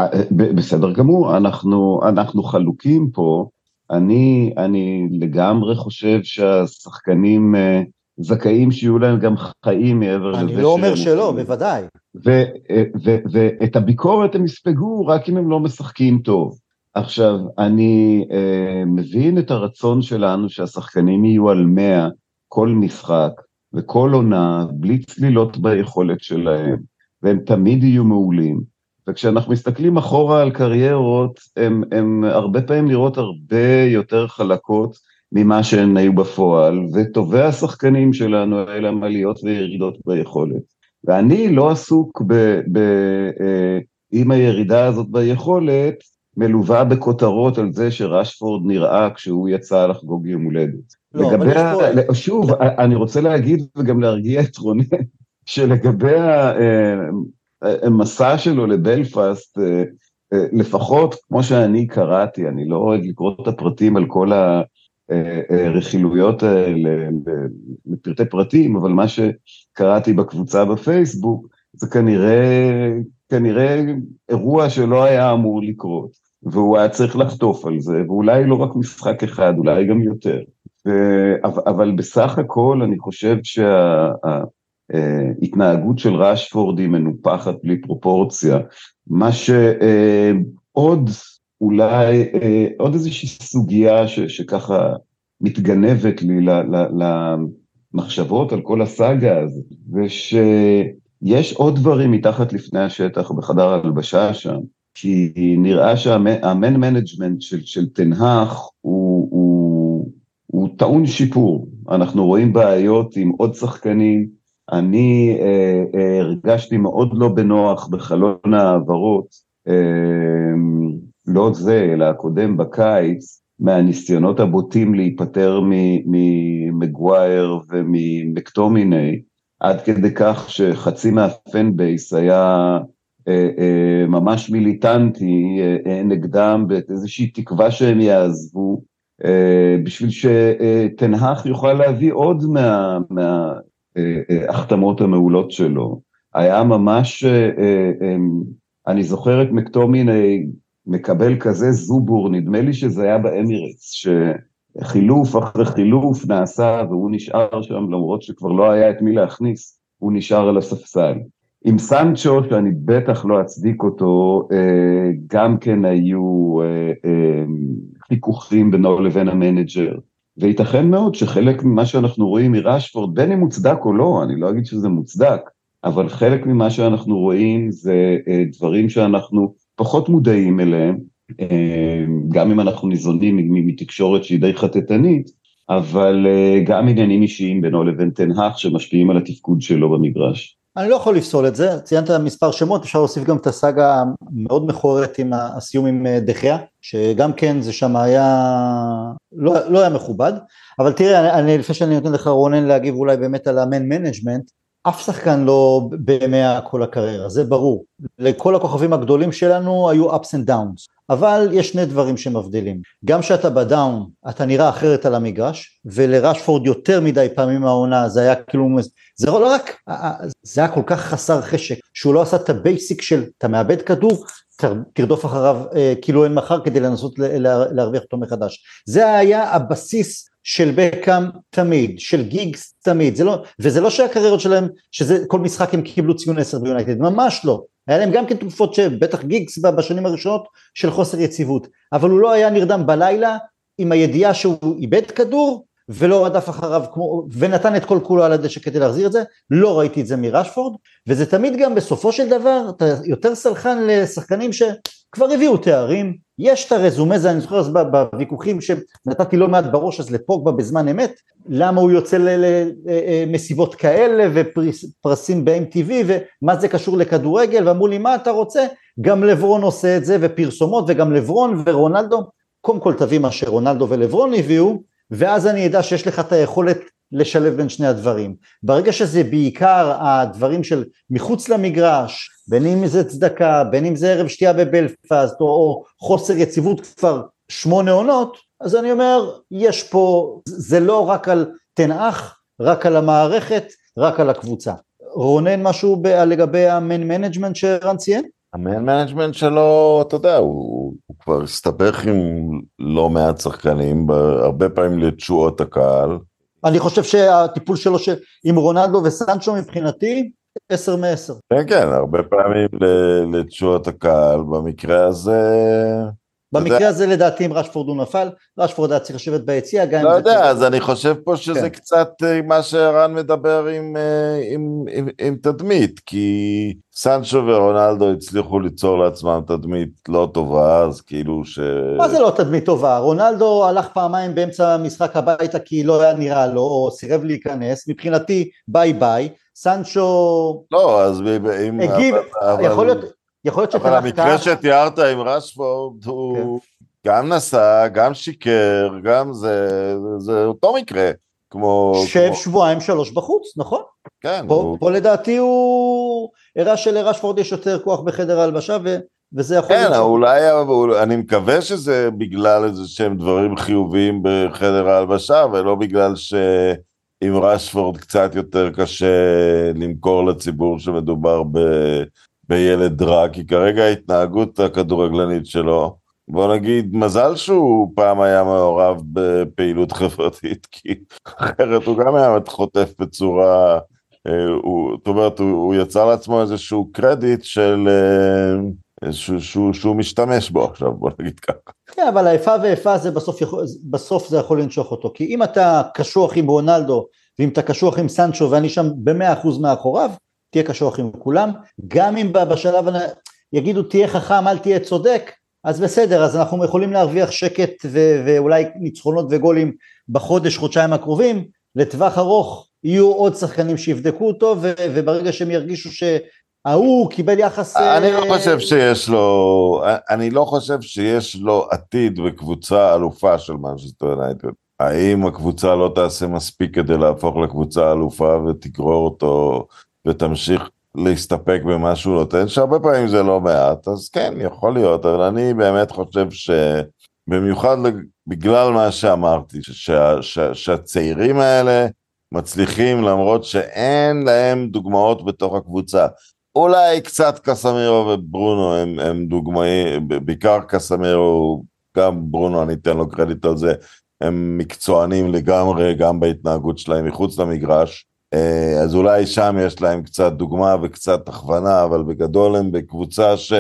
בסדר גמור, אנחנו, אנחנו חלוקים פה, אני, אני לגמרי חושב שהשחקנים זכאים שיהיו להם גם חיים מעבר לזה. אני לא אומר שלא, בוודאי. ואת הביקורת הם יספגו רק אם הם לא משחקים טוב. עכשיו, אני אה, מבין את הרצון שלנו שהשחקנים יהיו על מאה כל משחק וכל עונה, בלי צלילות ביכולת שלהם, והם תמיד יהיו מעולים. וכשאנחנו מסתכלים אחורה על קריירות, הם, הם הרבה פעמים נראות הרבה יותר חלקות ממה שהן היו בפועל, וטובי השחקנים שלנו אלה הם עליות וירידות ביכולת. ואני לא עסוק ב, ב, אה, עם הירידה הזאת ביכולת, מלווה בכותרות על זה שרשפורד נראה כשהוא יצא לחגוג יום הולדת. לא, לגבי ה... פה... שוב, אני רוצה להגיד וגם להרגיע את רונן, שלגבי המסע שלו לבלפאסט, לפחות כמו שאני קראתי, אני לא אוהב לקרוא את הפרטים על כל רכילויות לפרטי פרטים, אבל מה שקראתי בקבוצה בפייסבוק, זה כנראה, כנראה אירוע שלא היה אמור לקרות, והוא היה צריך לחטוף על זה, ואולי לא רק משחק אחד, אולי גם יותר. אבל בסך הכל אני חושב שההתנהגות של רשפורד היא מנופחת בלי פרופורציה, מה שעוד אולי, עוד איזושהי סוגיה ש, שככה מתגנבת לי למחשבות על כל הסאגה הזאת, ושיש עוד דברים מתחת לפני השטח בחדר הלבשה שם, כי נראה שהמן מנג'מנט של, של תנהך הוא, הוא, הוא טעון שיפור. אנחנו רואים בעיות עם עוד שחקנים, אני אה, אה, הרגשתי מאוד לא בנוח בחלון העברות, אה, לא זה, אלא הקודם בקיץ, מהניסיונות הבוטים להיפטר ממגווייר וממקטומיני, עד כדי כך שחצי מהפן בייס היה אה, אה, ממש מיליטנטי אה, נגדם, באיזושהי תקווה שהם יעזבו, אה, בשביל שתנהך יוכל להביא עוד מה, מה אה, אה, החתמות המעולות שלו. היה ממש, אה, אה, אני זוכר את מקטומיני, מקבל כזה זובור, נדמה לי שזה היה באמירטס, שחילוף אחרי חילוף נעשה, והוא נשאר שם, למרות שכבר לא היה את מי להכניס, הוא נשאר על הספסל. עם סנצ'ו, שאני בטח לא אצדיק אותו, גם כן היו חיכוכים בינו לבין המנג'ר, וייתכן מאוד שחלק ממה שאנחנו רואים מרשפורד, בין אם מוצדק או לא, אני לא אגיד שזה מוצדק, אבל חלק ממה שאנחנו רואים זה דברים שאנחנו פחות מודעים אליהם, גם אם אנחנו ניזונים מתקשורת שהיא די חטטנית, אבל גם עניינים אישיים בינו לבין תנהך שמשפיעים על התפקוד שלו במגרש. אני לא יכול לפסול את זה, ציינת מספר שמות, אפשר להוסיף גם את הסאגה המאוד מכוערת עם הסיום עם דחיה, שגם כן זה שם היה, לא, לא היה מכובד, אבל תראה, אני, לפני שאני נותן לך רונן להגיב אולי באמת על המן מנג'מנט, אף שחקן לא במאה כל הקריירה, זה ברור. לכל הכוכבים הגדולים שלנו היו ups and downs, אבל יש שני דברים שמבדילים. גם שאתה בדאון, אתה נראה אחרת על המגרש, ולרשפורד יותר מדי פעמים העונה, זה היה כאילו, זה לא רק, זה היה כל כך חסר חשק, שהוא לא עשה את הבייסיק של, אתה מאבד כדור, תרדוף אחריו כאילו אין מחר, כדי לנסות להרוויח אותו מחדש. זה היה הבסיס של בקאם תמיד, של גיגס תמיד, זה לא, וזה לא שהקריירות שלהם, שזה כל משחק הם קיבלו ציון עשר ביונייטד, ממש לא, היה להם גם כן תקופות שבטח גיגס בשנים הראשונות של חוסר יציבות, אבל הוא לא היה נרדם בלילה עם הידיעה שהוא איבד כדור, ולא רדף אחריו, כמו, ונתן את כל כולו על הדשא כדי להחזיר את זה, לא ראיתי את זה מרשפורד, וזה תמיד גם בסופו של דבר, אתה יותר סלחן לשחקנים שכבר הביאו תארים, יש את הרזומה, זה אני זוכר בוויכוחים שנתתי לא מעט בראש, אז לפוגבה בזמן אמת, למה הוא יוצא למסיבות כאלה, ופרסים ב-אם טי וי, ומה זה קשור לכדורגל, ואמרו לי, מה אתה רוצה? גם לברון עושה את זה, ופרסומות, וגם לברון ורונלדו, קודם כל תביא מה שרונלדו ולברון הביאו, ואז אני ידע שיש לך את היכולת לשלב בין שני הדברים. ברגע שזה בעיקר הדברים של מחוץ למגרש, בין אם זה צדקה, בין אם זה ערב שתייה בבלפאסט, או, או חוסר יציבות כבר שמונה עונות, אז אני אומר, יש פה, זה לא רק על תנאך, רק על המערכת, רק על הקבוצה. רונן משהו ב- לגבי המן מנג'מנט שרן ציין? המן מנג'מנט שלו, אתה יודע, הוא, הוא כבר הסתבך עם לא מעט שחקנים, הרבה פעמים לתשואות הקהל. אני חושב שהטיפול שלו ש... עם רונלדו וסנצ'ו מבחינתי, עשר מעשר. כן, כן, הרבה פעמים לתשואות הקהל, במקרה הזה... במקרה הזה לדעתי אם רשפורד הוא נפל, רשפורד היה צריך לשבת ביציאה, גם... לא יודע, אז אני חושב פה שזה קצת מה שרן מדבר עם תדמית, כי סנצ'ו ורונלדו הצליחו ליצור לעצמם תדמית לא טובה, אז כאילו ש... מה זה לא תדמית טובה? רונלדו הלך פעמיים באמצע המשחק הביתה, כי לא היה נראה לו, או סירב להיכנס, מבחינתי ביי ביי, סנצ'ו... לא, אז אם... הגיב, יכול להיות... יכול להיות אבל המקרה שתיארת עם רשפורד הוא גם נסע, גם שיקר, גם זה, זה אותו מקרה, כמו... שב שבועיים שלוש בחוץ, נכון? כן. פה לדעתי הוא הראה שלרשפורד יש יותר כוח בחדר ההלבשה, וזה יכול... כן, אולי, אני מקווה שזה בגלל איזה שהם דברים חיוביים בחדר ההלבשה, ולא בגלל שעם רשפורד קצת יותר קשה למכור לציבור שמדובר ב, בילד רע, כי כרגע ההתנהגות הכדורגלנית שלו, בוא נגיד, מזל שהוא פעם היה מעורב בפעילות חברתית, כי אחרת הוא גם היה חוטף בצורה, הוא, זאת אומרת, הוא, הוא יצר לעצמו איזשהו קרדיט של... שהוא, שהוא, שהוא משתמש בו עכשיו, בוא נגיד ככה. כן, אבל האיפה ואיפה זה בסוף, יכול, בסוף זה יכול לנשוך אותו, כי אם אתה קשוח עם רונלדו, ואם אתה קשוח עם סנצ'ו, ואני שם במאה אחוז מאחוריו, תהיה קשוח עם כולם, גם אם בשלב יגידו תהיה חכם, אל תהיה צודק, אז בסדר, אז אנחנו יכולים להרוויח שקט, ו- ואולי ניצחונות וגולים בחודש, חודשיים הקרובים, לטווח ארוך, יהיו עוד שחקנים שיבדקו אותו, ו- וברגע שהם ירגישו ש... ההוא קיבל יחס... אני לא חושב שיש לו, אני לא חושב שיש לו עתיד בקבוצה אלופה של מנצ'סטר יונייטד. האם הקבוצה לא תעשה מספיק כדי להפוך לקבוצה אלופה ותגרור אותו ותמשיך להסתפק במה שהוא נותן, שהרבה פעמים זה לא מעט, אז כן, יכול להיות, אבל אני באמת חושב שבמיוחד בגלל מה שאמרתי, שה, שה, שהצעירים האלה מצליחים למרות שאין להם דוגמאות בתוך הקבוצה. אולי קצת קסמירו וברונו הם, הם דוגמאים, בעיקר קסמירו, גם ברונו, אני אתן לו קרדיט על זה, הם מקצוענים לגמרי, גם בהתנהגות שלהם מחוץ למגרש, אז אולי שם יש להם קצת דוגמה וקצת הכוונה, אבל בגדול הם בקבוצה ש...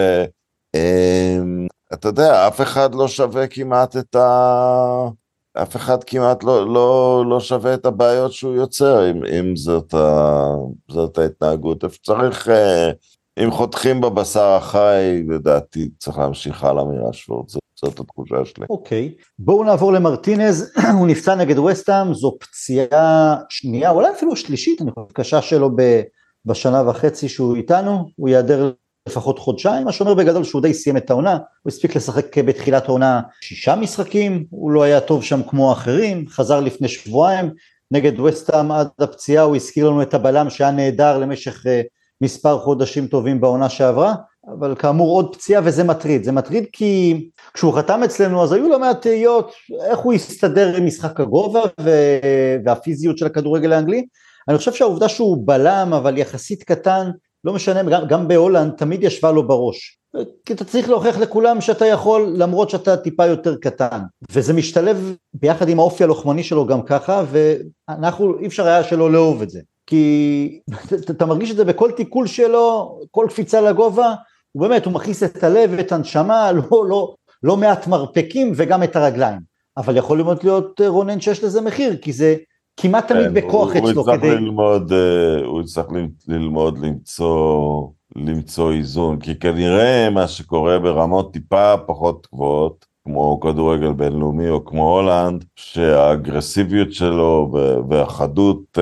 אתה יודע, אף אחד לא שווה כמעט את ה... אף אחד כמעט לא, לא, לא שווה את הבעיות שהוא יוצר, אם, אם זאת, ה, זאת ההתנהגות. צריך, אם חותכים בבשר החי, לדעתי צריך להמשיך הלאה מרשפורד, זאת, זאת התחושה שלי. אוקיי, בואו נעבור למרטינז, הוא נפצע נגד וסטהאם, זו פציעה שנייה, אולי אפילו שלישית, אני חושב, קשה שלו בשנה וחצי שהוא איתנו, הוא יעדר לפחות חודשיים, מה שאומר בגדול שהוא די סיים את העונה, הוא הספיק לשחק בתחילת העונה שישה משחקים, הוא לא היה טוב שם כמו האחרים, חזר לפני שבועיים, נגד וסטהאם עד הפציעה, הוא הזכיר לנו את הבלם שהיה נהדר למשך uh, מספר חודשים טובים בעונה שעברה, אבל כאמור עוד פציעה וזה מטריד, זה מטריד כי כשהוא חתם אצלנו אז היו לו מעט תהיות, איך הוא יסתדר עם משחק הגובה ו- והפיזיות של הכדורגל האנגלי, אני חושב שהעובדה שהוא בלם אבל יחסית קטן, לא משנה, גם, גם בהולנד תמיד ישבה לו בראש, כי אתה צריך להוכיח לכולם שאתה יכול, למרות שאתה טיפה יותר קטן, וזה משתלב ביחד עם האופי הלוחמני שלו גם ככה, ואנחנו אי אפשר היה שלא לאהוב את זה, כי אתה מרגיש את זה בכל תיקול שלו, כל קפיצה לגובה, הוא באמת, הוא מכניס את הלב, את הנשמה, לא, לא, לא מעט מרפקים וגם את הרגליים, אבל יכול להיות להיות רונן שיש לזה מחיר, כי זה כמעט תמיד בכוח אצלו. הוא צריך ללמוד, הוא צריך ללמוד למצוא, למצוא איזון, כי כנראה מה שקורה ברמות טיפה פחות גבוהות, כמו כדורגל בינלאומי או כמו הולנד, שהאגרסיביות שלו והחדות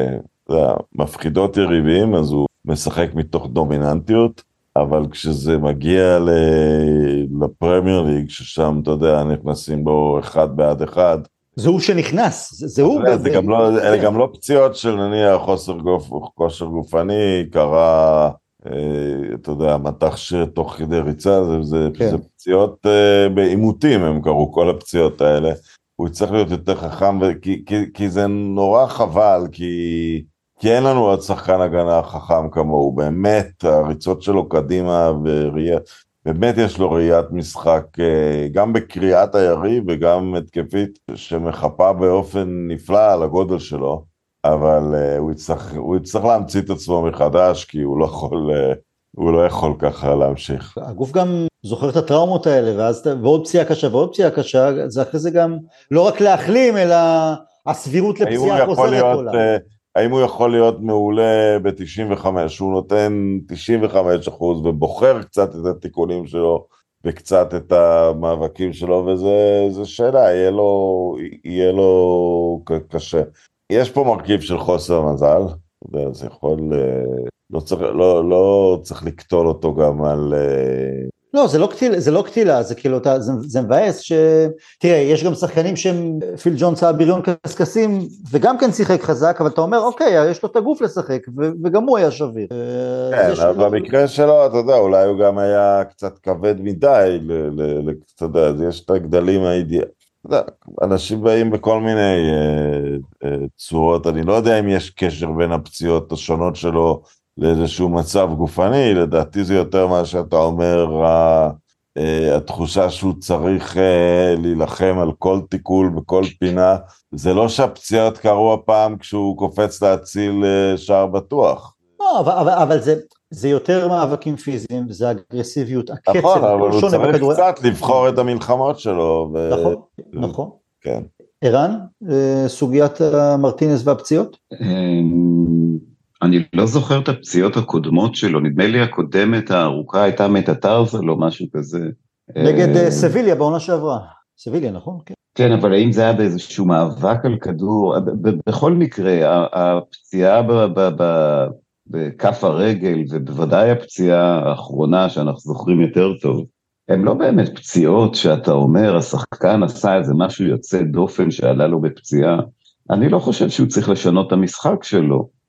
מפחידות יריבים, אז הוא משחק מתוך דומיננטיות, אבל כשזה מגיע לפרמייר ליג, ששם, אתה יודע, נכנסים בו אחד בעד אחד, זה הוא שנכנס, זה הוא. זה גם לא, אלה גם לא פציעות של נניח חוסר גוף, כושר גופני, קרה, אתה יודע, מתח שתוך כדי ריצה, זה פציעות בעימותים, הם קרו כל הפציעות האלה, הוא צריך להיות יותר חכם, כי זה נורא חבל, כי אין לנו עוד שחקן הגנה חכם כמוהו, באמת הריצות שלו קדימה וראייה, באמת יש לו ראיית משחק, גם בקריאת היריב וגם התקפית, שמחפה באופן נפלא על הגודל שלו, אבל הוא יצטרך, הוא יצטרך להמציא את עצמו מחדש, כי הוא לא יכול, הוא לא יכול ככה להמשיך. הגוף גם זוכר את הטראומות האלה, ואז, ועוד פציעה קשה ועוד פציעה קשה, זה אחרי זה גם לא רק להחלים, אלא הסבירות לפציעה חוזרת עולה. האם הוא יכול להיות מעולה ב-תשעים וחמש, שהוא נותן תשעים וחמישה אחוז ובוחר קצת את התיקונים שלו וקצת את המאבקים שלו, וזה שאלה, יהיה לו, יהיה לו קשה. יש פה מרכיב של חוסר מזל, וזה יכול, לא צריך, לא, לא צריך לקטול אותו גם על, לא, זה לא קטילה, זה לא קטילה, זה כאילו, זה, זה מבאס ש... תראה, יש גם שחקנים שהם, פיל ג'ונס היה בריון קסקסים, וגם כן שיחק חזק, אבל אתה אומר, אוקיי, יש לו את הגוף לשחק, ו- וגם הוא היה שביר. כן, אבל במקרה שלו, אתה יודע, אולי הוא גם היה קצת כבד מדי, ל- ל- ל- אתה יודע, יש את הגדלים האידיאליים. אתה יודע, אנשים באים בכל מיני אה, אה, צורות, אני לא יודע אם יש קשר בין הפציעות השונות שלו, לאיזשהו מצב גופני, לדעתי זה יותר מה שאתה אומר, התחושה שהוא צריך להילחם על כל תיקול בכל פינה, זה לא שהפציעות קרו הפעם כשהוא קופץ להציל שער בטוח. לא, אבל, אבל, אבל זה, זה יותר מאבקים פיזיים, זה אגרסיביות, הקצב, נכון, אבל הוא צריך בכדור... קצת לבחור את המלחמות שלו. ו... נכון, נכון. כן. ערן, סוגיית מרטינס והפציעות? אני לא זוכר את הפציעות הקודמות שלו, נדמה לי הקודמת הארוכה הייתה מטאטרסל או משהו כזה. נגד סביליה בעונה שעברה, סביליה נכון? כן, אבל האם זה היה באיזשהו מאבק על כדור, בכל מקרה הפציעה בכף הרגל ובוודאי הפציעה האחרונה שאנחנו זוכרים יותר טוב, הם לא באמת פציעות שאתה אומר השחקן עשה איזה משהו יוצא דופן שעלה לו בפציעה, אני לא חושב שהוא צריך לשנות את המשחק שלו.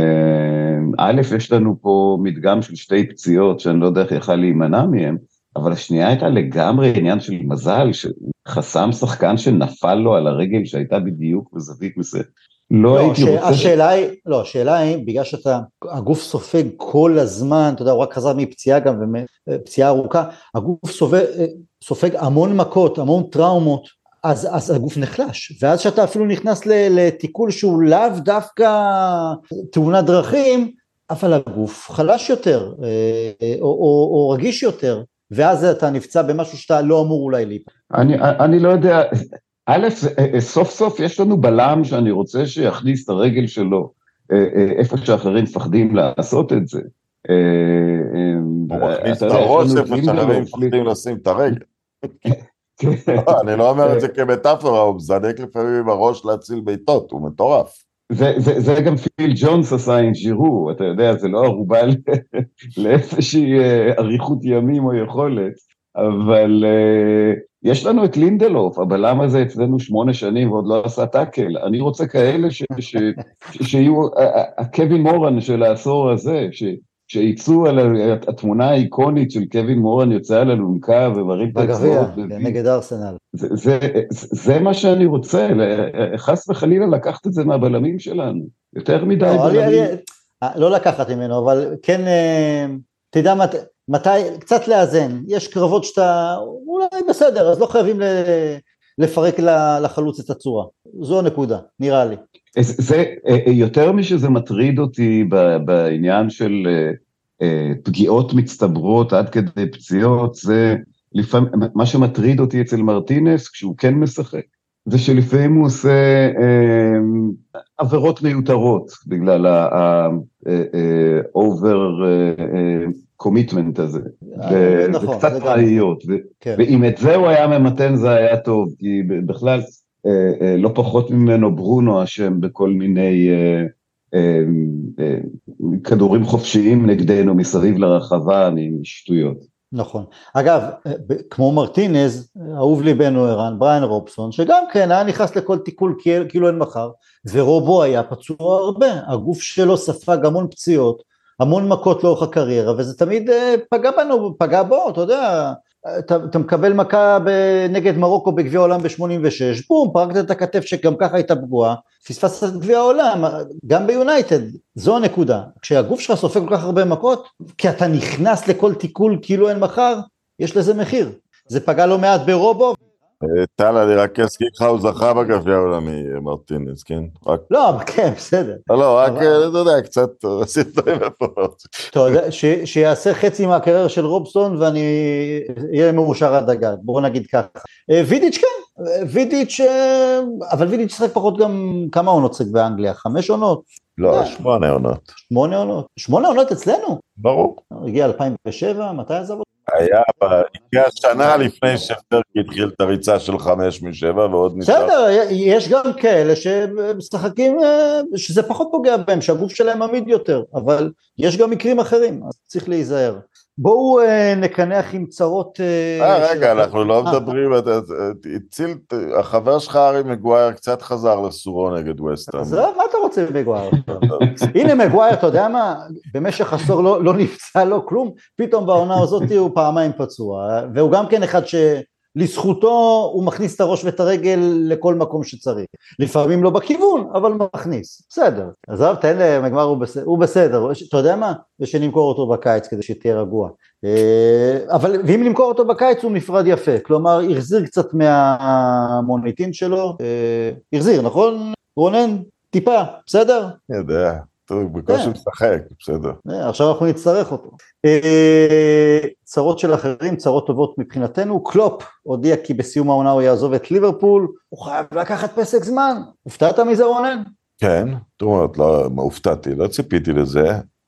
א', יש לנו פה מדגם של שתי פציעות שאני לא יודע איך יכל להימנע מהם, אבל השנייה הייתה לגמרי עניין של מזל, שחסם שחקן שנפל לו על הרגל שהייתה בדיוק בזווית מסוימת. לא הייתי רוצה... השאלה היא, לא, השאלה היא, בגלל שאתה, הגוף סופג כל הזמן, אתה יודע, הוא רק חזר מפציעה גם, פציעה ארוכה, הגוף סופג, סופג המון מכות, המון טראומות, אז, אז הגוף נחלש, ואז שאתה אפילו נכנס לתיקול שהוא לאו דווקא תאונת דרכים, אבל הגוף חלש יותר, או, או, או רגיש יותר, ואז אתה נפצע במשהו שאתה לא אמור אולי להיפ. אני, אני לא יודע, א', סוף סוף יש לנו בלם שאני רוצה שיכניס את הרגל שלו, איפה שאחרים מפחדים לעשות את זה. הוא מכניס את הראש איפה שאחרים מפחדים לשים את הרגל. אני לא אומר את זה כמטאפורה, הוא מזנק לפעמים עם הראש להציל ביתות, הוא מטורף. זה גם פיל ג'ונס עשה עם ז'ירו, אתה יודע, זה לא ערובה לאיזושהי אריכות ימים או יכולת, אבל יש לנו את לינדלוף, הבלם הזה אצלנו שמונה שנים ועוד לא עשה טאקל, אני רוצה כאלה שיהיו הקווין מורן של העשור הזה, שיצאו על התמונה האיקונית של קווין מורן יוצא על אלונקה ומרים את האצבעות. בגביע, נגד ארסנל. זה, זה, זה מה שאני רוצה, חס וחלילה לקחת את זה מהבלמים שלנו, יותר מדי לא, בלמים. אני, אני, לא לקחת ממנו, אבל כן, תדע מת, מתי, קצת לאזן, יש קרבות שאתה, אולי בסדר, אז לא חייבים לפרק לחלוץ את הצורה, זו הנקודה, נראה לי. זה, יותר משזה מטריד אותי בעניין של פגיעות מצטברות עד כדי פציעות, זה לפעמים, מה שמטריד אותי אצל מרטינס, כשהוא כן משחק, זה שלפעמים הוא עושה עבירות מיותרות, בגלל ה-over commitment הזה, וקצת ראיות, ואם את זה הוא היה ממתן זה היה טוב, כי בכלל, לא פחות ממנו ברונו אשם בכל מיני כדורים חופשיים נגדנו מסביב לרחבה משטויות. נכון. אגב, כמו מרטינז, אהוב ליבנו ערן, בריין רובסון, שגם כן היה נכנס לכל תיקול כאילו אין מחר, ורובו היה פצוע הרבה, הגוף שלו ספג המון פציעות, המון מכות לאורך הקריירה, וזה תמיד פגע בנו, פגע בו, אתה יודע, אתה, אתה מקבל מכה נגד מרוקו בגביע העולם ב-שמונים ושש, בום, פרקת את הכתף שגם ככה הייתה פגועה, פספסת את גביע העולם, גם ביונייטד, זו הנקודה, כשהגוף שלך סופג כל כך הרבה מכות, כי אתה נכנס לכל תיקול כאילו אין מחר, יש לזה מחיר, זה פגע לא מעט ברובו. טל, אני רק אזכיר לך, הוא זכה בגביע העולמי, מרטינס, כן? לא, כן, בסדר. לא, רק, אתה יודע, קצת עשית דברים מפורט. אתה יודע, שיעשה חצי מהקריירה של רובסון, ואני אהיה מאושר עד הגעת, בואו נגיד ככה. וידיץ' כן, וידיץ', אבל וידיץ' שחק פחות גם כמה עונות שחק באנגליה, חמש עונות. לא, שמונה עונות. שמונה עונות. שמונה עונות אצלנו? ברור. הגיע אלפיים ושבע, מתי עזב אותו? היה, הגיע שנה לפני שפטרק התחיל את הריצה של חמש משבע ועוד נשאר. בסדר, יש גם כאלה שמשחקים, שזה פחות פוגע בהם, שהגוף שלהם עמיד יותר, אבל יש גם מקרים אחרים, אז צריך להיזהר. בואו נקנח עם צרות... רגע, אנחנו לא מדברים, הציל, החבר שלך ארי מגווייר קצת חזר לסורו נגד ווסטהאם. אז מה אתה רוצה מגווייר? הנה מגווייר, אתה יודע מה, במשך עשור לא נפצע לו כלום, פתאום בעונה הזאת הוא פעמיים פצוע, והוא גם כן אחד ש... לזכותו הוא מכניס את הראש ואת הרגל לכל מקום שצריך, לפעמים לא בכיוון, אבל מכניס, בסדר, עזב, תן למגמר, הוא בסדר, הוא בסדר, אתה יודע מה? ושנמכור אותו בקיץ כדי שתהיה רגוע, אבל ואם נמכור אותו בקיץ הוא נפרד יפה, כלומר, החזיר קצת מהמוניטין שלו, החזיר, נכון רונן? טיפה, בסדר? יודע. טוב, בקושי משחק, בסדר. עכשיו אנחנו נצטרך אותו. צרות של אחרים, צרות טובות מבחינתנו, קלופ הודיע כי בסיום העונה הוא יעזוב את ליברפול, הוא חייב לקחת פסק זמן, הופתעת מזה רונן? כן, זאת אומרת, לא, הופתעתי, לא ציפיתי לזה,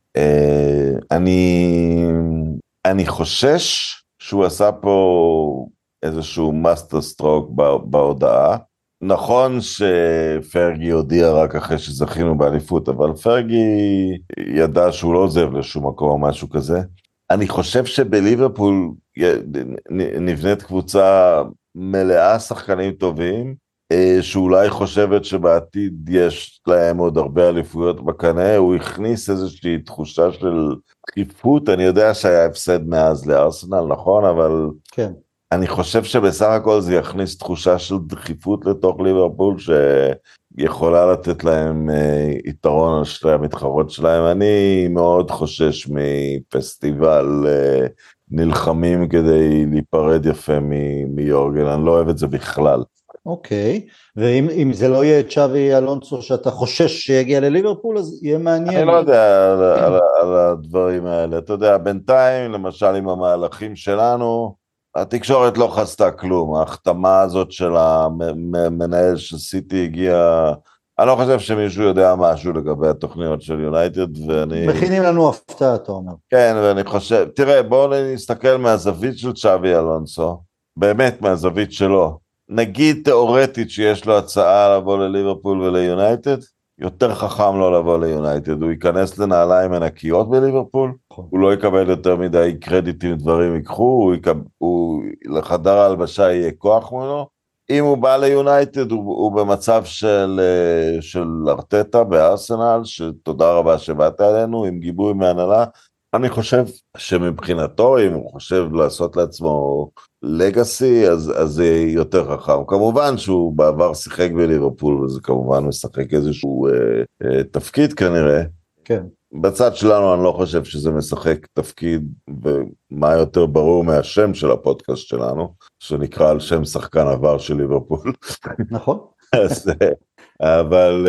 אני, אני חושש שהוא עשה פה איזשהו מאסטר סטרוק בהודעה, נכון שפרגי הודיע רק אחרי שזכינו באליפות, אבל פרגי ידע שהוא לא עוזב לשום מקום או משהו כזה. אני חושב שבליברפול נבנית קבוצה מלאה שחקנים טובים, שאולי חושבת שבעתיד יש להם עוד הרבה אליפויות בקנה, הוא הכניס איזושהי תחושה של דחיפות, אני יודע שהיה הפסד מאז לארסנל, נכון? אבל... כן. אני חושב שבסך הכל זה יכניס תחושה של דחיפות לתוך ליברפול, שיכולה לתת להם אה, יתרון על שתי המתחרות שלהם. אני מאוד חושש מפסטיבל אה, נלחמים כדי להיפרד יפה מיורגן, אני לא אוהב את זה בכלל. אוקיי, ואם זה לא יהיה צ'אבי אלונסו שאתה חושש שיגיע לליברפול, אז יהיה מעניין. אני לא יודע על, על, על הדברים האלה, אתה יודע, בינתיים, למשל עם המהלכים שלנו, התקשורת לא חסתה כלום, ההחתמה הזאת של המנהל של סיטי הגיעה, אני לא חושב שמישהו יודע משהו לגבי התוכניות של יונייטד, ואני... מכינים לנו הפתעה, אתה אומר. כן, ואני חושב, תראה, בואו נסתכל מהזווית של צ'אבי אלונסו, באמת מהזווית שלו, נגיד תיאורטית שיש לו הצעה לבוא לליברפול וליונייטד, יותר חכם לא לבוא ליונייטד, הוא ייכנס לנעליים ענקיות בליברפול, הוא לא יקבל יותר מדי קרדיטים, דברים יקחו, הוא, יקב... הוא לחדר ההלבשה יהיה כוח ממנו, אם הוא בא ליונייטד הוא, הוא במצב של, של ארטטה בארסנל, שתודה רבה שבאת אלינו, עם גיבוי מהנהלה, אני חושב שמבחינתו, אם הוא חושב לעשות לעצמו לגאסי, אז, אז זה יותר חכם. כמובן שהוא בעבר שיחק בליברפול, וזה כמובן משחק איזשהו אה, אה, תפקיד כנראה. כן. בצד שלנו אני לא חושב שזה משחק תפקיד, ומה יותר ברור מהשם של הפודקאסט שלנו, שנקרא על שם שחקן עבר של ליברפול. נכון. אז... אבל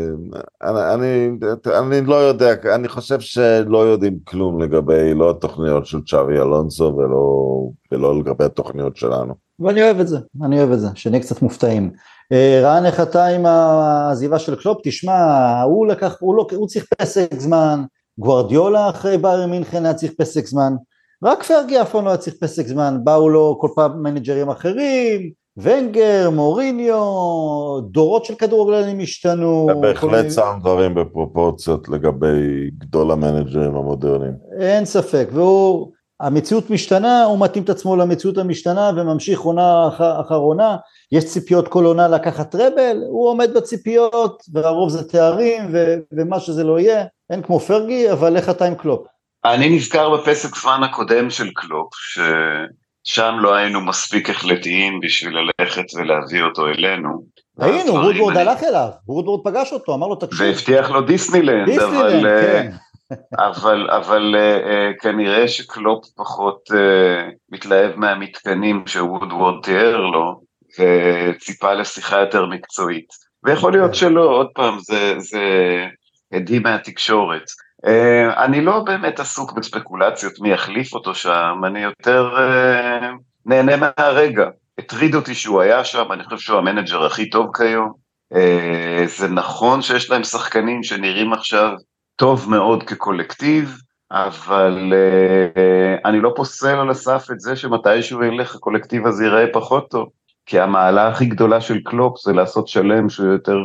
אני, אני, אני לא יודע, אני חושב שלא יודעים כלום לגבי לא התוכניות של צ'אבי אלונסו ולא, ולא לגבי התוכניות שלנו. ואני אוהב את זה, אני אוהב את זה, שנהיה קצת מופתעים. רען, איך אתה עם העזיבה של קלופ? תשמע, הוא לקח, הוא, לא, הוא צריך פסק זמן, גוארדיולה אחרי ביירן מינכן היה צריך פסק זמן, רק פרגי אף פעם לא היה צריך פסק זמן, באו לו כל פעם מנג'רים אחרים, ונגר, מוריניו, דורות של כדורגלנים השתנו. אתה בהחלט שם דברים בפרופורציות לגבי גדול המנג'רים המודרניים. אין ספק, והוא, המציאות משתנה, הוא מתאים את עצמו למציאות המשתנה, וממשיך עונה אחר, אחר עונה, יש ציפיות כל עונה לקחת טראבל, הוא עומד בציפיות, והרוב זה תארים, ו, ומה שזה לא יהיה, אין כמו פרגי, אבל איך אתה עם קלופ? אני נזכר בפסק זמן הקודם של קלופ, ש... שם לא היינו מספיק החלטיים בשביל ללכת ולהביא אותו אלינו. היינו, וודוורד הלך אליו, וודוורד פגש אותו, אמר לו תקשיב. והבטיח לו דיסנילנד, דיסנילנד, אבל, כן. אבל, אבל uh, כנראה שקלופ פחות uh, מתלהב מהמתקנים שוודוורד תיאר לו, וציפה לשיחה יותר מקצועית. ויכול להיות שלא, עוד פעם, זה, זה עדים מהתקשורת. Uh, אני לא באמת עסוק בספקולציות מי יחליף אותו שם, אני יותר uh, נהנה מהרגע. הטריד אותי שהוא היה שם, אני חושב שהוא המנג'ר הכי טוב כיום. Uh, זה נכון שיש להם שחקנים שנראים עכשיו טוב מאוד כקולקטיב, אבל uh, uh, אני לא פוסל על הסף את זה שמתישהו ילך הקולקטיב הזה ייראה פחות טוב, כי המעלה הכי גדולה של קלופ זה לעשות שלם שהוא יותר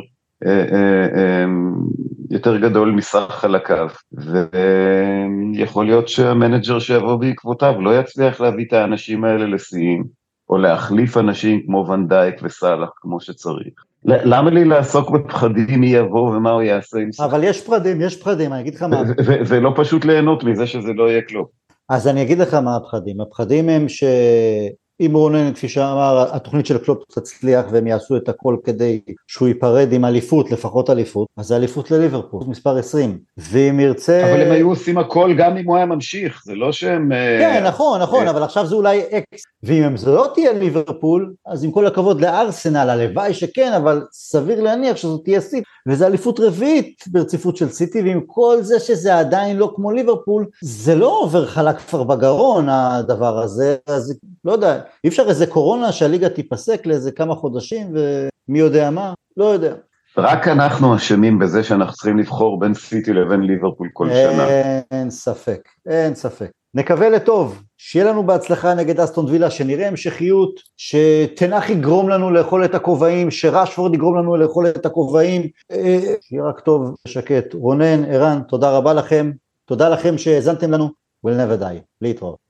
יותר גדול מסך חלקיו, ויכול להיות שהמנג'ר שיבוא בעקבותיו לא יצליח להביא את האנשים האלה לשיאים, או להחליף אנשים כמו ון דייק וסלח כמו שצריך. למה לי לעסוק בפחדים מי יבוא ומה הוא יעשה עם שחקן? אבל יש פחדים, יש פחדים, אני אגיד לך מה. זה לא פשוט ליהנות מזה שזה לא יהיה כלום. אז אני אגיד לך מה הפחדים. הפחדים הם שאם רונן, כפי שאמר, התוכנית של קלופ תצליח והם יעשו את הכל כדי שהוא ייפרד עם אליפות, לפחות אליפות, אז זה אליפות לליברפול, מספר עשרים. ואם ירצה... אבל הם היו עושים הכל גם אם הוא היה ממשיך, זה לא שהם... כן, נכון, נכון, אבל עכשיו זה אולי אקס. ואם זה לא תהיה ליברפול, אז עם כל הכבוד לארסנל, הלוואי שכן, אבל סביר להניח שזאת תהיה סיטי, וזה אליפות רביעית ברציפות של סיטי, ועם כל זה שזה עדיין לא כמו ליברפול, זה לא עובר חלק כבר בגרון הדבר הזה, אז לא יודע, אי אפשר איזה קורונה שהליגה תיפסק לאיזה כמה חודשים, ומי יודע מה, לא יודע. רק אנחנו אשמים בזה שאנחנו צריכים לבחור בין סיטי לבין ליברפול כל שנה. אין ספק, אין ספק. נקווה לטוב, שיהיה לנו בהצלחה נגד אסטון וילה, שנראה המשכיות, שתנח יגרום לנו לאכול את הכובעים, שרשפורד יגרום לנו לאכול את הכובעים, שיהיה רק טוב ושקט. רונן, ערן, תודה רבה לכם, תודה לכם שהאזנתם לנו, we'll never die, להתראות.